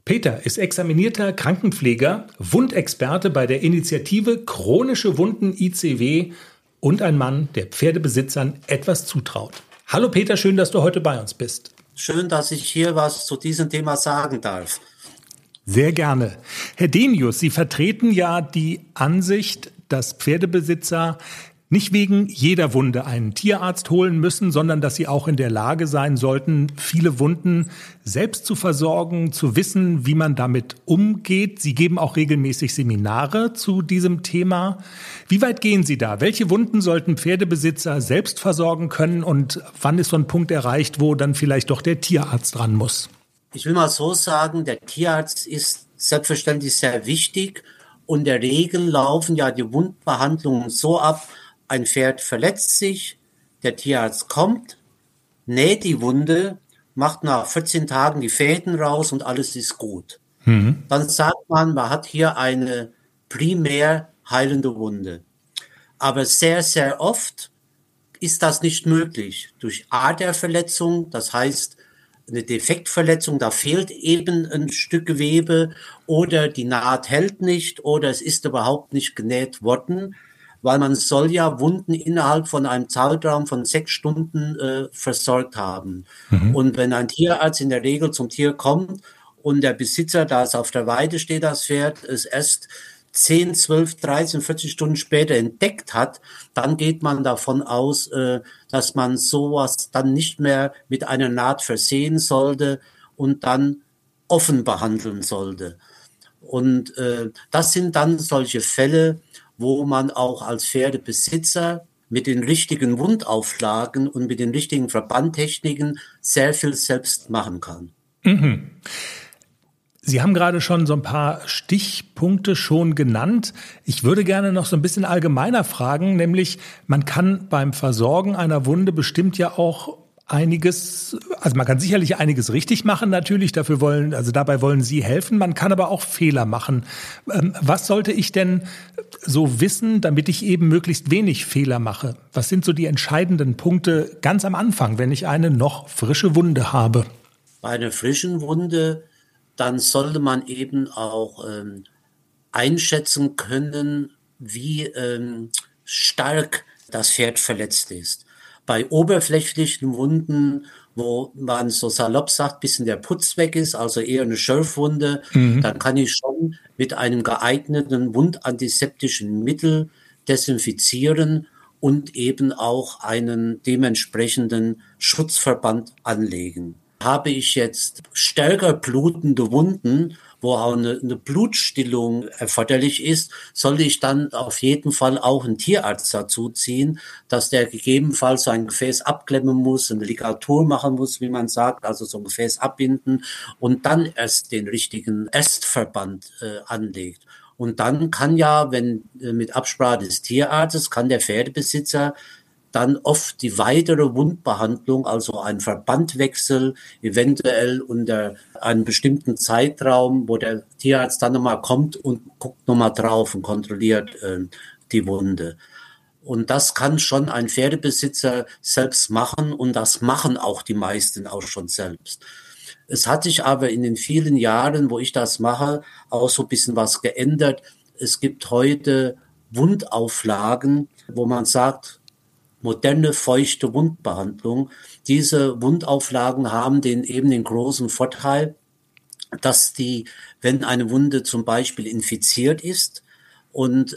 Peter ist examinierter Krankenpfleger, Wundexperte bei der Initiative Chronische Wunden ICW und ein Mann, der Pferdebesitzern etwas zutraut. Hallo Peter, schön, dass du heute bei uns bist. Schön, dass ich hier was zu diesem Thema sagen darf. Sehr gerne. Herr Denius, Sie vertreten ja die Ansicht, dass Pferdebesitzer nicht wegen jeder Wunde einen Tierarzt holen müssen, sondern dass sie auch in der Lage sein sollten, viele Wunden selbst zu versorgen, zu wissen, wie man damit umgeht. Sie geben auch regelmäßig Seminare zu diesem Thema. Wie weit gehen Sie da? Welche Wunden sollten Pferdebesitzer selbst versorgen können und wann ist so ein Punkt erreicht, wo dann vielleicht doch der Tierarzt ran muss? Ich will mal so sagen, der Tierarzt ist selbstverständlich sehr wichtig und in der Regel laufen ja die Wundbehandlungen so ab: Ein Pferd verletzt sich, der Tierarzt kommt, näht die Wunde, macht nach 14 Tagen die Fäden raus und alles ist gut. Dann sagt man hat hier eine primär heilende Wunde. Aber sehr, sehr oft ist das nicht möglich. Durch Aderverletzung, das heißt eine Defektverletzung, da fehlt eben ein Stück Gewebe oder die Naht hält nicht oder es ist überhaupt nicht genäht worden, weil man soll ja Wunden innerhalb von einem Zeitraum von 6 Stunden versorgt haben. Und wenn ein Tierarzt in der Regel zum Tier kommt und der Besitzer, da es auf der Weide steht, das Pferd, es erst 10, 12, 13, 14 Stunden später entdeckt hat, dann geht man davon aus, dass man sowas dann nicht mehr mit einer Naht versehen sollte und dann offen behandeln sollte. Und das sind dann solche Fälle, wo man auch als Pferdebesitzer mit den richtigen Wundauflagen und mit den richtigen Verbandtechniken sehr viel selbst machen kann. Sie haben gerade schon so ein paar Stichpunkte schon genannt. Ich würde gerne noch so ein bisschen allgemeiner fragen, nämlich man kann beim Versorgen einer Wunde bestimmt ja auch einiges, also man kann sicherlich einiges richtig machen natürlich, dabei wollen Sie helfen, man kann aber auch Fehler machen. Was sollte ich denn so wissen, damit ich eben möglichst wenig Fehler mache? Was sind so die entscheidenden Punkte ganz am Anfang, wenn ich eine noch frische Wunde habe? Bei einer frischen Wunde, dann sollte man eben auch einschätzen können, wie stark das Pferd verletzt ist. Bei oberflächlichen Wunden, wo man so salopp sagt, bisschen der Putz weg ist, also eher eine Schürfwunde, dann kann ich schon mit einem geeigneten wundantiseptischen Mittel desinfizieren und eben auch einen dementsprechenden Schutzverband anlegen. Habe ich jetzt stärker blutende Wunden, wo auch eine Blutstillung erforderlich ist, sollte ich dann auf jeden Fall auch einen Tierarzt dazu ziehen, dass der gegebenenfalls so ein Gefäß abklemmen muss, eine Ligatur machen muss, wie man sagt, also so ein Gefäß abbinden und dann erst den richtigen Erstverband anlegt. Und dann kann ja, wenn mit Absprache des Tierarztes, kann der Pferdebesitzer dann oft die weitere Wundbehandlung, also ein Verbandwechsel, eventuell unter einem bestimmten Zeitraum, wo der Tierarzt dann nochmal kommt und guckt nochmal drauf und kontrolliert die Wunde. Und das kann schon ein Pferdebesitzer selbst machen und das machen auch die meisten auch schon selbst. Es hat sich aber in den vielen Jahren, wo ich das mache, auch so ein bisschen was geändert. Es gibt heute Wundauflagen, wo man sagt, moderne, feuchte Wundbehandlung. Diese Wundauflagen haben den großen Vorteil, dass wenn eine Wunde zum Beispiel infiziert ist und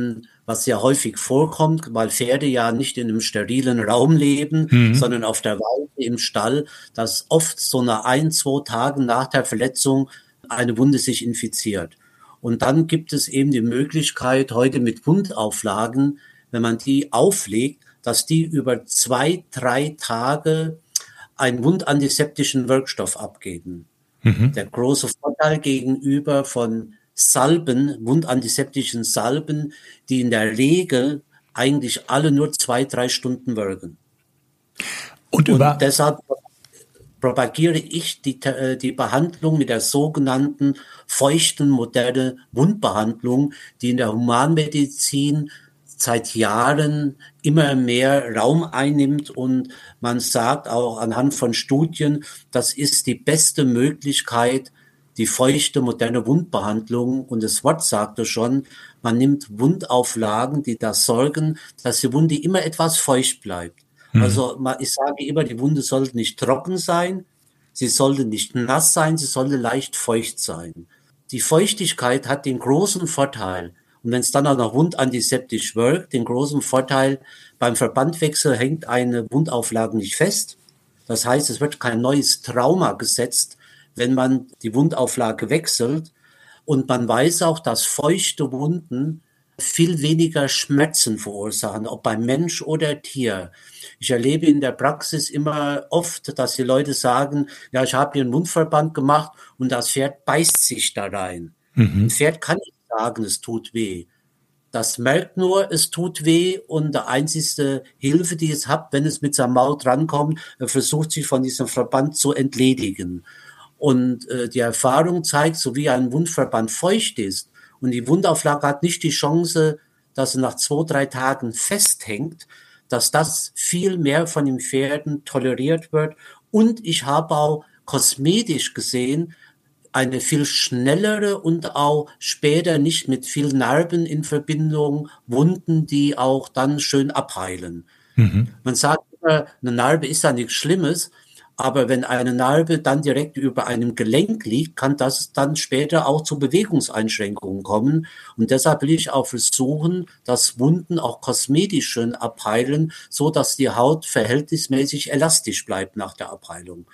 was ja häufig vorkommt, weil Pferde ja nicht in einem sterilen Raum leben, sondern auf der Weide im Stall, dass oft so nach 1, 2 Tagen nach der Verletzung eine Wunde sich infiziert. Und dann gibt es eben die Möglichkeit, heute mit Wundauflagen, wenn man die auflegt, dass die über 2, 3 Tage einen wundantiseptischen Wirkstoff abgeben. Der große Vorteil gegenüber von Salben, wundantiseptischen Salben, die in der Regel eigentlich alle nur 2, 3 Stunden wirken. Und deshalb propagiere ich die Behandlung mit der sogenannten feuchten moderne Wundbehandlung, die in der Humanmedizin seit Jahren immer mehr Raum einnimmt und man sagt auch anhand von Studien, das ist die beste Möglichkeit, die feuchte, moderne Wundbehandlung. Und das Wort sagte schon, man nimmt Wundauflagen, die da sorgen, dass die Wunde immer etwas feucht bleibt. Also ich sage immer, die Wunde sollte nicht trocken sein, sie sollte nicht nass sein, sie sollte leicht feucht sein. Die Feuchtigkeit hat den großen Vorteil, und wenn es dann auch noch wundantiseptisch wirkt, den großen Vorteil, beim Verbandwechsel hängt eine Wundauflage nicht fest. Das heißt, es wird kein neues Trauma gesetzt, wenn man die Wundauflage wechselt. Und man weiß auch, dass feuchte Wunden viel weniger Schmerzen verursachen, ob beim Mensch oder Tier. Ich erlebe in der Praxis immer oft, dass die Leute sagen, ja, ich habe hier einen Wundverband gemacht und das Pferd beißt sich da rein. Ein Pferd kann nicht sagen, es tut weh. Das merkt nur, es tut weh, und die einzige Hilfe, die es hat, wenn es mit seinem Maul drankommt, versucht sich von diesem Verband zu entledigen. Und die Erfahrung zeigt, so wie ein Wundverband feucht ist und die Wundauflage hat nicht die Chance, dass sie nach 2-3 Tagen festhängt, dass das viel mehr von den Pferden toleriert wird. Und ich habe auch kosmetisch gesehen eine viel schnellere und auch später nicht mit viel Narben in Verbindung Wunden, die auch dann schön abheilen. Man sagt immer, eine Narbe ist ja nichts Schlimmes, aber wenn eine Narbe dann direkt über einem Gelenk liegt, kann das dann später auch zu Bewegungseinschränkungen kommen. Und deshalb will ich auch versuchen, dass Wunden auch kosmetisch schön abheilen, so dass die Haut verhältnismäßig elastisch bleibt nach der Abheilung.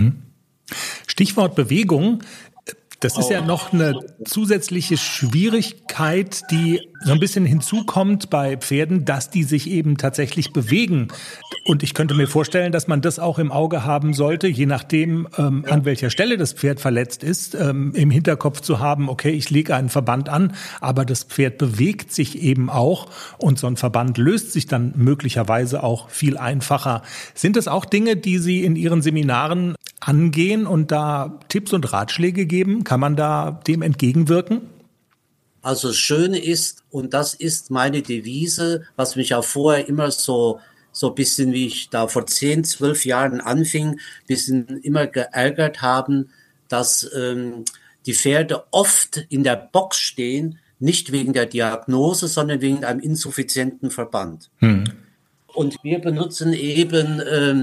Stichwort Bewegung. Das ist ja noch eine zusätzliche Schwierigkeit, die so ein bisschen hinzukommt bei Pferden, dass die sich eben tatsächlich bewegen. Und ich könnte mir vorstellen, dass man das auch im Auge haben sollte, je nachdem, an welcher Stelle das Pferd verletzt ist, im Hinterkopf zu haben, okay, ich lege einen Verband an, aber das Pferd bewegt sich eben auch und so ein Verband löst sich dann möglicherweise auch viel einfacher. Sind das auch Dinge, die Sie in Ihren Seminaren angehen und da Tipps und Ratschläge geben? Kann man da dem entgegenwirken? Also das Schöne ist, und das ist meine Devise, was mich auch vorher immer so ein bisschen, wie ich da vor 10, 12 Jahren anfing, bisschen immer geärgert haben, dass die Pferde oft in der Box stehen, nicht wegen der Diagnose, sondern wegen einem insuffizienten Verband. Und wir benutzen eben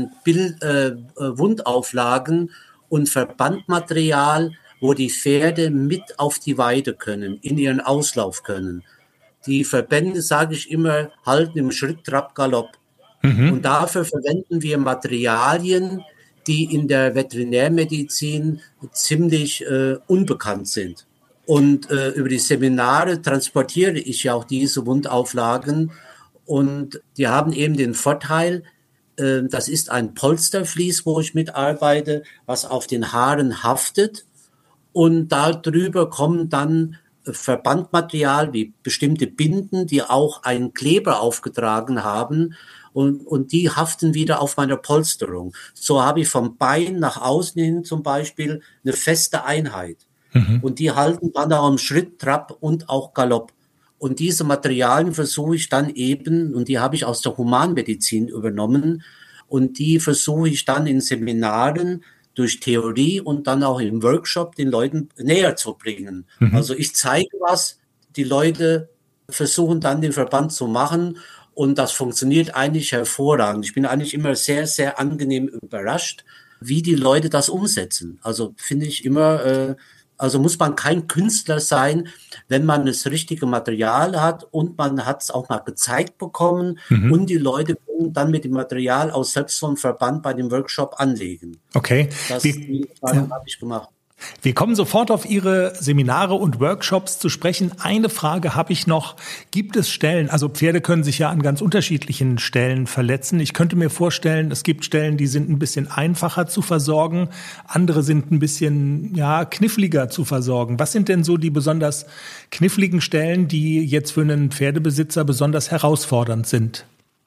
Wundauflagen und Verbandmaterial, wo die Pferde mit auf die Weide können, in ihren Auslauf können. Die Verbände, sage ich immer, halten im Schritt, Trab, Galopp. Und dafür verwenden wir Materialien, die in der Veterinärmedizin ziemlich unbekannt sind. Und über die Seminare transportiere ich ja auch diese Wundauflagen. Und die haben eben den Vorteil, das ist ein Polstervlies, wo ich mitarbeite, was auf den Haaren haftet. Und darüber kommen dann Verbandmaterial wie bestimmte Binden, die auch einen Kleber aufgetragen haben. Und die haften wieder auf meiner Polsterung. So habe ich vom Bein nach außen hin zum Beispiel eine feste Einheit. Und die halten dann auch im Schritt, Trab und auch Galopp. Und diese Materialien versuche ich dann eben, und die habe ich aus der Humanmedizin übernommen, und die versuche ich dann in Seminaren durch Theorie und dann auch im Workshop den Leuten näher zu bringen. Also ich zeige was, die Leute versuchen dann den Verband zu machen, und das funktioniert eigentlich hervorragend. Ich bin eigentlich immer sehr, sehr angenehm überrascht, wie die Leute das umsetzen. Also finde ich immer, also muss man kein Künstler sein, wenn man das richtige Material hat und man hat es auch mal gezeigt bekommen und die Leute können dann mit dem Material auch selbst so einen Verband bei dem Workshop anlegen. Okay. Das habe ich gemacht. Wir kommen sofort auf Ihre Seminare und Workshops zu sprechen. Eine Frage habe ich noch. Gibt es Stellen, also Pferde können sich ja an ganz unterschiedlichen Stellen verletzen. Ich könnte mir vorstellen, es gibt Stellen, die sind ein bisschen einfacher zu versorgen. Andere sind ein bisschen, kniffliger zu versorgen. Was sind denn so die besonders kniffligen Stellen, die jetzt für einen Pferdebesitzer besonders herausfordernd sind?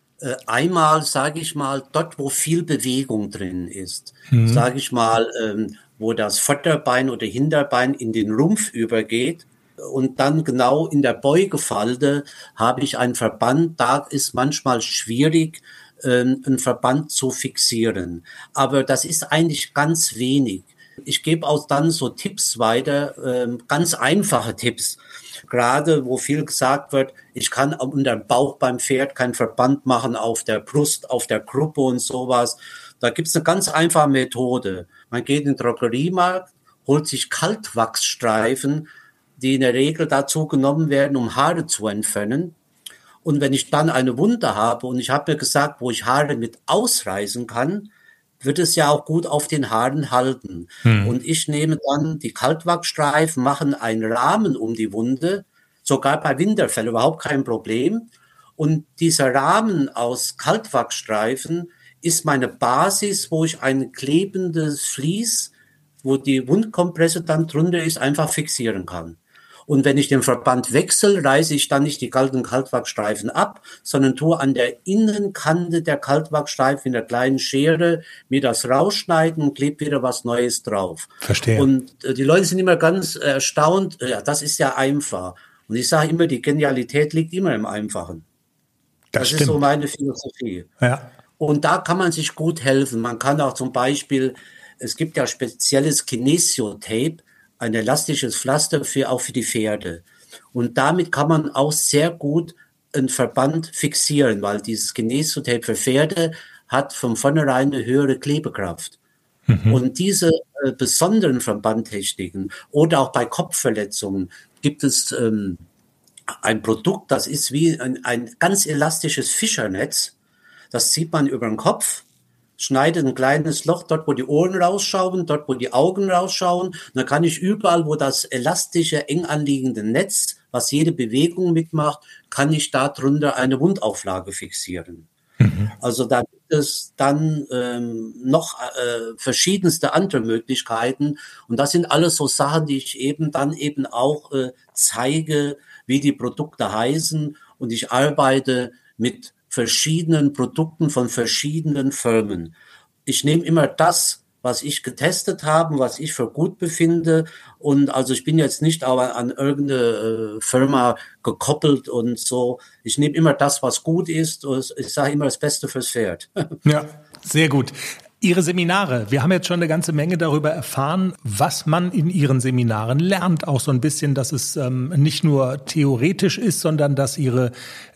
Einmal, sage ich mal, dort, wo viel Bewegung drin ist, sage ich mal, wo das Vorderbein oder Hinterbein in den Rumpf übergeht und dann genau in der Beugefalte habe ich einen Verband. Da ist manchmal schwierig, einen Verband zu fixieren. Aber das ist eigentlich ganz wenig. Ich gebe auch dann so Tipps weiter, ganz einfache Tipps. Gerade wo viel gesagt wird, ich kann unter dem Bauch beim Pferd keinen Verband machen, auf der Brust, auf der Gruppe und sowas. Da gibt's eine ganz einfache Methode. Man geht in den Drogeriemarkt, holt sich Kaltwachsstreifen, die in der Regel dazu genommen werden, um Haare zu entfernen. Und wenn ich dann eine Wunde habe und ich habe mir gesagt, wo ich Haare mit ausreißen kann, wird es ja auch gut auf den Haaren halten. Und ich nehme dann die Kaltwachsstreifen, mache einen Rahmen um die Wunde, sogar bei Winterfell überhaupt kein Problem. Und dieser Rahmen aus Kaltwachsstreifen ist meine Basis, wo ich ein klebendes Vlies, wo die Wundkompresse dann drunter ist, einfach fixieren kann. Und wenn ich den Verband wechsle, reiße ich dann nicht die kalten Kaltwachsstreifen ab, sondern tue an der Innenkante der Kaltwachsstreifen in der kleinen Schere mir das rausschneiden und klebe wieder was Neues drauf. Verstehe. Und die Leute sind immer ganz erstaunt, ja, das ist ja einfach. Und ich sage immer, die Genialität liegt immer im Einfachen. Das stimmt. ist so meine Philosophie. Ja. Und da kann man sich gut helfen. Man kann auch zum Beispiel, es gibt ja spezielles Kinesio-Tape, ein elastisches Pflaster auch für die Pferde. Und damit kann man auch sehr gut einen Verband fixieren, weil dieses Kinesio-Tape für Pferde hat von vornherein eine höhere Klebekraft. Und diese besonderen Verbandtechniken oder auch bei Kopfverletzungen gibt es ein Produkt, das ist wie ein ganz elastisches Fischernetz. Das zieht man über den Kopf, schneidet ein kleines Loch dort, wo die Ohren rausschauen, dort, wo die Augen rausschauen. Und dann kann ich überall, wo das elastische, eng anliegende Netz, was jede Bewegung mitmacht, kann ich da drunter eine Wundauflage fixieren. Also da gibt es dann noch verschiedenste andere Möglichkeiten. Und das sind alles so Sachen, die ich eben auch zeige, wie die Produkte heißen. Und ich arbeite mit verschiedenen Produkten von verschiedenen Firmen. Ich nehme immer das, was ich getestet habe, was ich für gut befinde. Und also ich bin jetzt nicht aber an irgendeine Firma gekoppelt und so. Ich nehme immer das, was gut ist. Ich sage immer das Beste fürs Pferd. Ja, sehr gut. Ihre Seminare, wir haben jetzt schon eine ganze Menge darüber erfahren, was man in Ihren Seminaren lernt. Auch so ein bisschen, dass es nicht nur theoretisch ist, sondern dass Ihre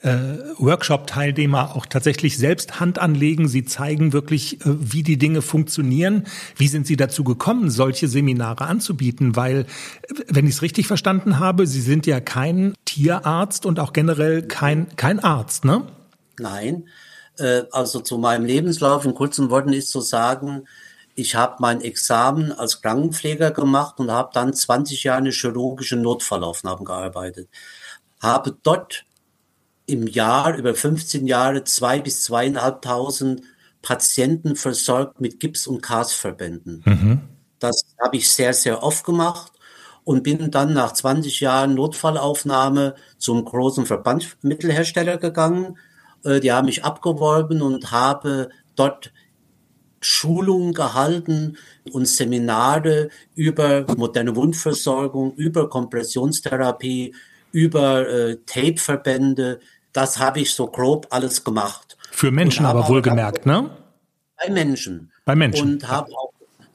Workshop-Teilnehmer auch tatsächlich selbst Hand anlegen. Sie zeigen wirklich, wie die Dinge funktionieren. Wie sind Sie dazu gekommen, solche Seminare anzubieten? Weil, wenn ich es richtig verstanden habe, Sie sind ja kein Tierarzt und auch generell kein Arzt, ne? Nein. Also zu meinem Lebenslauf in kurzen Worten ist zu sagen, ich habe mein Examen als Krankenpfleger gemacht und habe dann 20 Jahre in chirurgische Notfallaufnahmen gearbeitet. Habe dort im Jahr über 15 Jahre 2.000 bis 2.500 Patienten versorgt mit Gips- und Castverbänden. Das habe ich sehr, sehr oft gemacht und bin dann nach 20 Jahren Notfallaufnahme zum großen Verbandsmittelhersteller gegangen. Die haben mich abgeworben und habe dort Schulungen gehalten und Seminare über moderne Wundversorgung, über Kompressionstherapie, über Tapeverbände. Das habe ich so grob alles gemacht. Für Menschen aber wohlgemerkt, ne? Bei Menschen. Bei Menschen. Und habe auch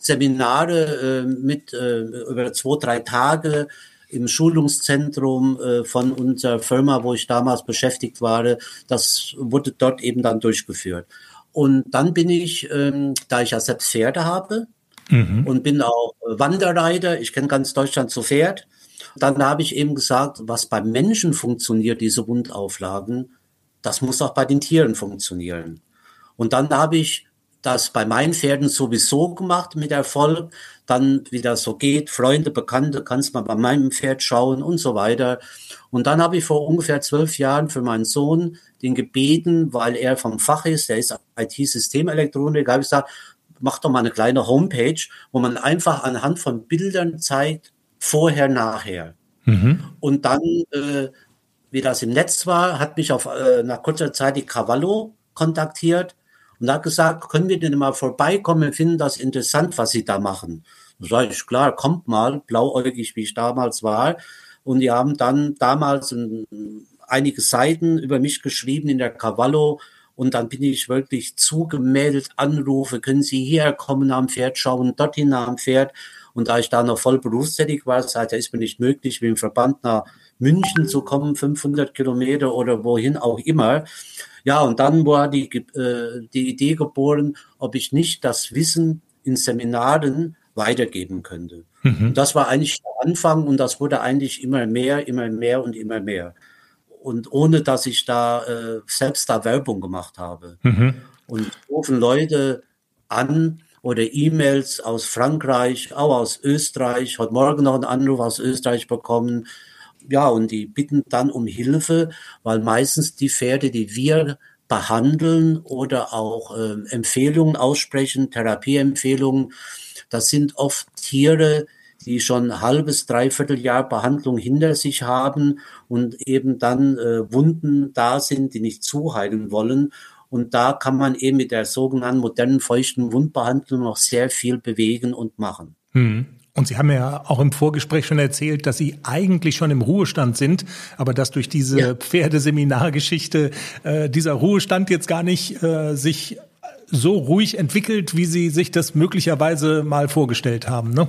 Seminare über 2-3 Tage im Schulungszentrum von unserer Firma, wo ich damals beschäftigt war, das wurde dort eben dann durchgeführt. Und dann bin ich, da ich ja selbst Pferde habe und bin auch Wanderreiter, ich kenne ganz Deutschland zu Pferd, dann habe ich eben gesagt, was beim Menschen funktioniert, diese Wundauflagen, das muss auch bei den Tieren funktionieren. Und dann habe ich das bei meinen Pferden sowieso gemacht mit Erfolg, dann wie das so geht, Freunde, Bekannte, kannst mal bei meinem Pferd schauen und so weiter. Und dann habe ich vor ungefähr 12 Jahren für meinen Sohn den gebeten, weil er vom Fach ist, der ist IT-Systemelektroniker, habe ich gesagt, mach doch mal eine kleine Homepage, wo man einfach anhand von Bildern zeigt, vorher, nachher. Und dann, wie das im Netz war, hat mich nach kurzer Zeit die Cavallo kontaktiert und hat gesagt, können wir denn mal vorbeikommen, wir finden das interessant, was Sie da machen. Da sage ich, klar, kommt mal, blauäugig, wie ich damals war. Und die haben dann damals einige Seiten über mich geschrieben in der Cavallo Und dann bin ich wirklich zugemeldet, Anrufe, können Sie hierher kommen am Pferd, schauen dorthin am Pferd. Und da ich da noch voll berufstätig war, sagte, ist mir nicht möglich, mit dem Verband nach München zu kommen, 500 Kilometer oder wohin auch immer. Ja, und dann war die Idee geboren, ob ich nicht das Wissen in Seminaren weitergeben könnte. Und das war eigentlich der Anfang und das wurde eigentlich immer mehr und immer mehr. Und ohne, dass ich da selbst da Werbung gemacht habe. Und rufen Leute an oder E-Mails aus Frankreich, auch aus Österreich. Heute Morgen noch einen Anruf aus Österreich bekommen. Ja, und die bitten dann um Hilfe, weil meistens die Pferde, die wir behandeln oder auch Empfehlungen aussprechen, Therapieempfehlungen, das sind oft Tiere, die schon ein halbes, dreiviertel Jahr Behandlung hinter sich haben und eben dann Wunden da sind, die nicht zuheilen wollen. Und da kann man eben mit der sogenannten modernen feuchten Wundbehandlung noch sehr viel bewegen und machen. Und Sie haben ja auch im Vorgespräch schon erzählt, dass Sie eigentlich schon im Ruhestand sind, aber dass durch diese Pferdeseminargeschichte dieser Ruhestand jetzt gar nicht sich so ruhig entwickelt, wie Sie sich das möglicherweise mal vorgestellt haben, ne?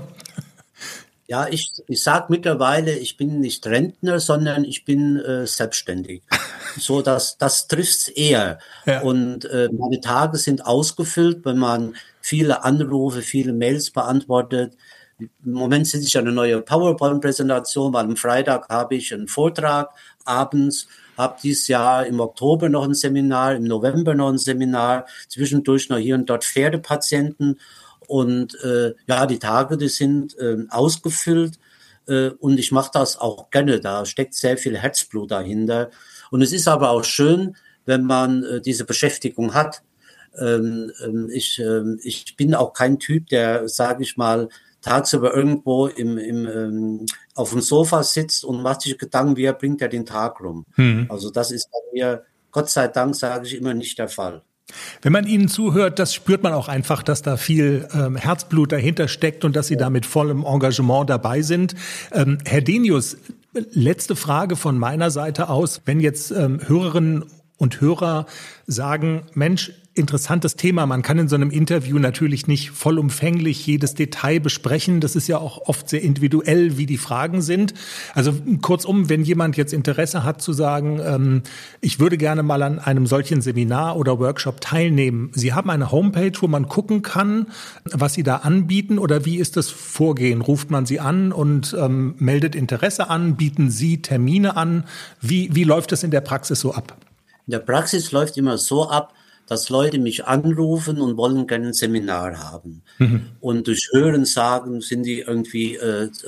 Ja, ich sag mittlerweile, ich bin nicht Rentner, sondern ich bin selbstständig. So, das trifft's eher. Ja. Und meine Tage sind ausgefüllt, wenn man viele Anrufe, viele Mails beantwortet. Im Moment sitze ich an eine neue PowerPoint-Präsentation, weil am Freitag habe ich einen Vortrag abends, habe dieses Jahr im Oktober noch ein Seminar, im November noch ein Seminar, zwischendurch noch hier und dort Pferdepatienten. Und ja, die Tage, die sind ausgefüllt und ich mache das auch gerne. Da steckt sehr viel Herzblut dahinter. Und es ist aber auch schön, wenn man diese Beschäftigung hat. Ich bin auch kein Typ, der, sage ich mal, tagsüber irgendwo auf dem Sofa sitzt und macht sich Gedanken, wie bringt er den Tag rum. Also das ist bei mir, Gott sei Dank, sage ich immer, nicht der Fall. Wenn man Ihnen zuhört, das spürt man auch einfach, dass da viel Herzblut dahinter steckt und dass Sie da mit vollem Engagement dabei sind. Herr Denius, letzte Frage von meiner Seite aus. Wenn jetzt Hörerinnen und Hörer sagen, Mensch, interessantes Thema. Man kann in so einem Interview natürlich nicht vollumfänglich jedes Detail besprechen. Das ist ja auch oft sehr individuell, wie die Fragen sind. Also kurzum, wenn jemand jetzt Interesse hat zu sagen, ich würde gerne mal an einem solchen Seminar oder Workshop teilnehmen. Sie haben eine Homepage, wo man gucken kann, was Sie da anbieten, oder wie ist das Vorgehen? Ruft man Sie an und meldet Interesse an? Bieten Sie Termine an? Wie läuft das in der Praxis so ab? In der Praxis läuft immer so ab, dass Leute mich anrufen und wollen gerne ein Seminar haben. Und durch Hören sagen, sind die irgendwie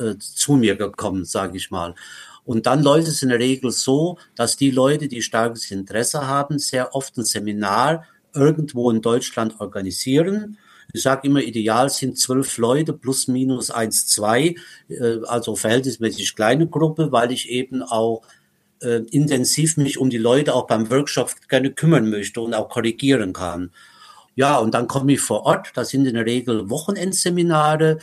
zu mir gekommen, sage ich mal. Und dann läuft es in der Regel so, dass die Leute, die starkes Interesse haben, sehr oft ein Seminar irgendwo in Deutschland organisieren. Ich sage immer, ideal sind 12 Leute plus minus 1, 2, also verhältnismäßig kleine Gruppe, weil ich eben auch intensiv mich um die Leute auch beim Workshop gerne kümmern möchte und auch korrigieren kann. Ja, und dann komme ich vor Ort. Das sind in der Regel Wochenendseminare.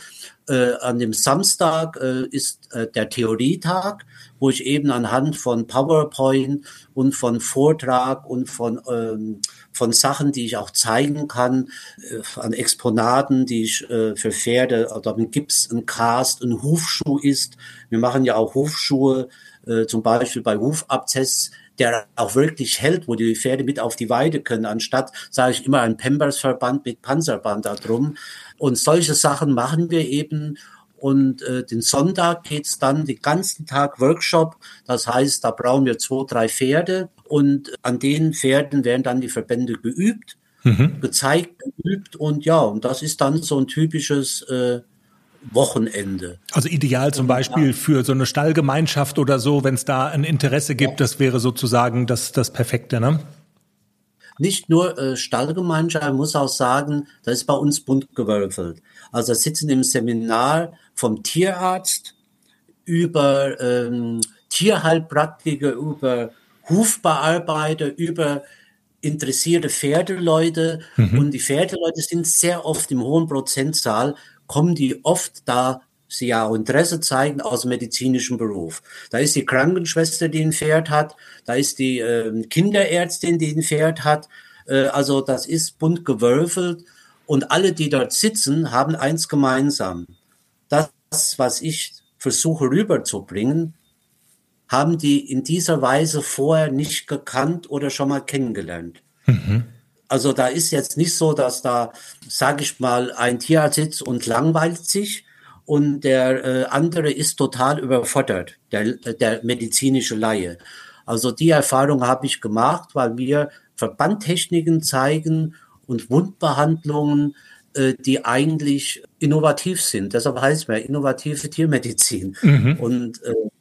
An dem Samstag ist der Theorietag, wo ich eben anhand von PowerPoint und von Vortrag und von Sachen, die ich auch zeigen kann, an Exponaten, die ich für Pferde, oder ein Gips, ein Cast, ein Hufschuh ist. Wir machen ja auch Hufschuhe, zum Beispiel bei Hufabszess, der auch wirklich hält, wo die Pferde mit auf die Weide können, anstatt, sage ich immer, ein Pampers-Verband mit Panzerband da drum. Und solche Sachen machen wir eben. Und den Sonntag geht's dann den ganzen Tag Workshop. Das heißt, da brauchen wir 2, 3 Pferde. Und an den Pferden werden dann die Verbände geübt, gezeigt, geübt. Und ja, und das ist dann so ein typisches Wochenende. Also ideal zum Beispiel für so eine Stallgemeinschaft oder so, wenn es da ein Interesse gibt, das wäre sozusagen das Perfekte, ne? Nicht nur Stallgemeinschaft, ich muss auch sagen, das ist bei uns bunt gewürfelt. Also da sitzen im Seminar vom Tierarzt über Tierheilpraktiker, über Hufbearbeiter, über interessierte Pferdeleute. Und die Pferdeleute sind sehr oft im hohen Prozentzahl, kommen die oft, da sie ja auch Interesse zeigen, aus dem medizinischen Beruf. Da ist die Krankenschwester, die ein Pferd hat, da ist die Kinderärztin, die ein Pferd hat, Also das ist bunt gewürfelt und alle, die dort sitzen, haben eins gemeinsam. Das, was ich versuche rüberzubringen, haben die in dieser Weise vorher nicht gekannt oder schon mal kennengelernt. Also da ist jetzt nicht so, dass da, sage ich mal, ein Tierarzt sitzt und langweilt sich und der andere ist total überfordert, der medizinische Laie. Also die Erfahrung habe ich gemacht, weil wir Verbandtechniken zeigen und Wundbehandlungen, die eigentlich innovativ sind. Deshalb heißt es innovative Tiermedizin. Und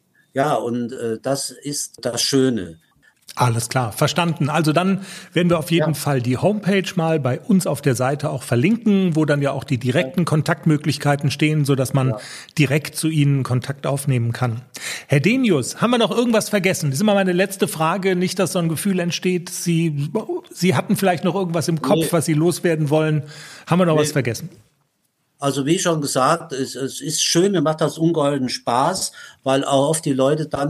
das ist das Schöne. Alles klar, verstanden. Also dann werden wir auf jeden Fall die Homepage mal bei uns auf der Seite auch verlinken, wo dann ja auch die direkten Kontaktmöglichkeiten stehen, sodass man direkt zu Ihnen Kontakt aufnehmen kann. Herr Denius, haben wir noch irgendwas vergessen? Das ist immer meine letzte Frage, nicht, dass so ein Gefühl entsteht, Sie hatten vielleicht noch irgendwas im Kopf, was Sie loswerden wollen. Haben wir noch was vergessen? Also wie schon gesagt, es ist schön, mir macht das ungeheuren Spaß, weil auch oft die Leute dann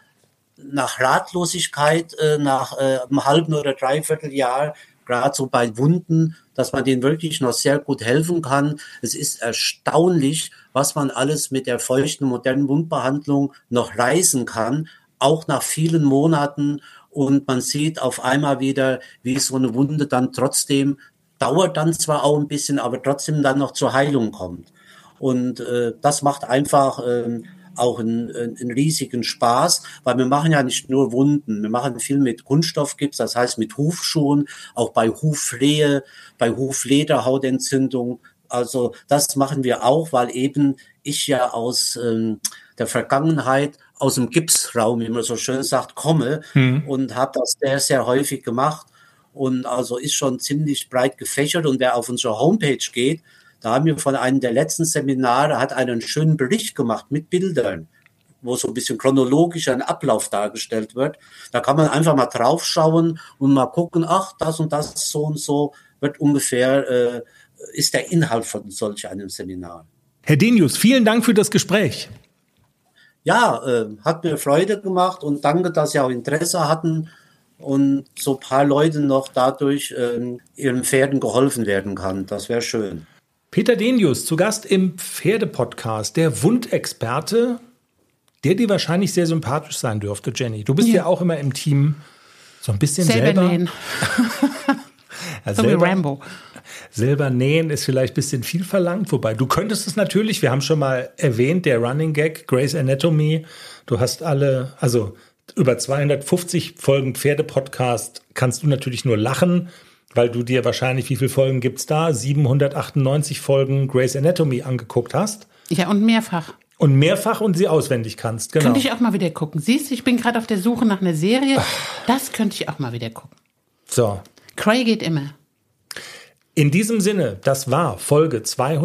nach Ratlosigkeit, nach einem halben oder dreiviertel Jahr, gerade so bei Wunden, dass man denen wirklich noch sehr gut helfen kann. Es ist erstaunlich, was man alles mit der feuchten, modernen Wundbehandlung noch reißen kann, auch nach vielen Monaten. Und man sieht auf einmal wieder, wie so eine Wunde dann trotzdem, dauert dann zwar auch ein bisschen, aber trotzdem dann noch zur Heilung kommt. Und das macht einfach auch einen riesigen Spaß, weil wir machen ja nicht nur Wunden, wir machen viel mit Kunststoffgips, das heißt mit Hufschuhen, auch bei Hufrehe, bei Huflederhautentzündung. Also das machen wir auch, weil eben ich ja aus der Vergangenheit, aus dem Gipsraum, wie man so schön sagt, komme und habe das sehr, sehr häufig gemacht und also ist schon ziemlich breit gefächert. Und wer auf unsere Homepage geht, da haben wir von einem der letzten Seminare, hat einen schönen Bericht gemacht mit Bildern, wo so ein bisschen chronologisch ein Ablauf dargestellt wird. Da kann man einfach mal draufschauen und mal gucken, ach, das und das, so und so wird ungefähr, ist der Inhalt von solch einem Seminar. Herr Denius, vielen Dank für das Gespräch. Ja, hat mir Freude gemacht und danke, dass Sie auch Interesse hatten und so ein paar Leuten noch dadurch ihren Pferden geholfen werden kann. Das wäre schön. Peter Denius, zu Gast im Pferdepodcast, der Wundexperte, der dir wahrscheinlich sehr sympathisch sein dürfte, Jenny. Du bist ja auch immer im Team so ein bisschen selber nähen. Ja, so wie Rambo. Selber nähen ist vielleicht ein bisschen viel verlangt, wobei du könntest es natürlich, wir haben schon mal erwähnt, der Running Gag, Grey's Anatomy, du hast über 250 Folgen Pferdepodcast kannst du natürlich nur lachen, weil du dir wahrscheinlich, wie viele Folgen gibt's da? 798 Folgen Grey's Anatomy angeguckt hast. Ja, und mehrfach. Und sie auswendig kannst, genau. Könnte ich auch mal wieder gucken. Siehst du, ich bin gerade auf der Suche nach einer Serie. Das könnte ich auch mal wieder gucken. So. Cray geht immer. In diesem Sinne, das war Folge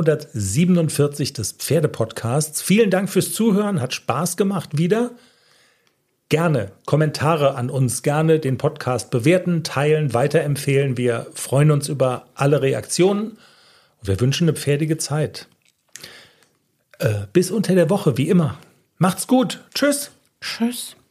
247 des Pferdepodcasts. Vielen Dank fürs Zuhören, hat Spaß gemacht wieder. Gerne Kommentare an uns, gerne den Podcast bewerten, teilen, weiterempfehlen. Wir freuen uns über alle Reaktionen und wir wünschen eine pferdige Zeit. Bis unter der Woche, wie immer. Macht's gut. Tschüss. Tschüss.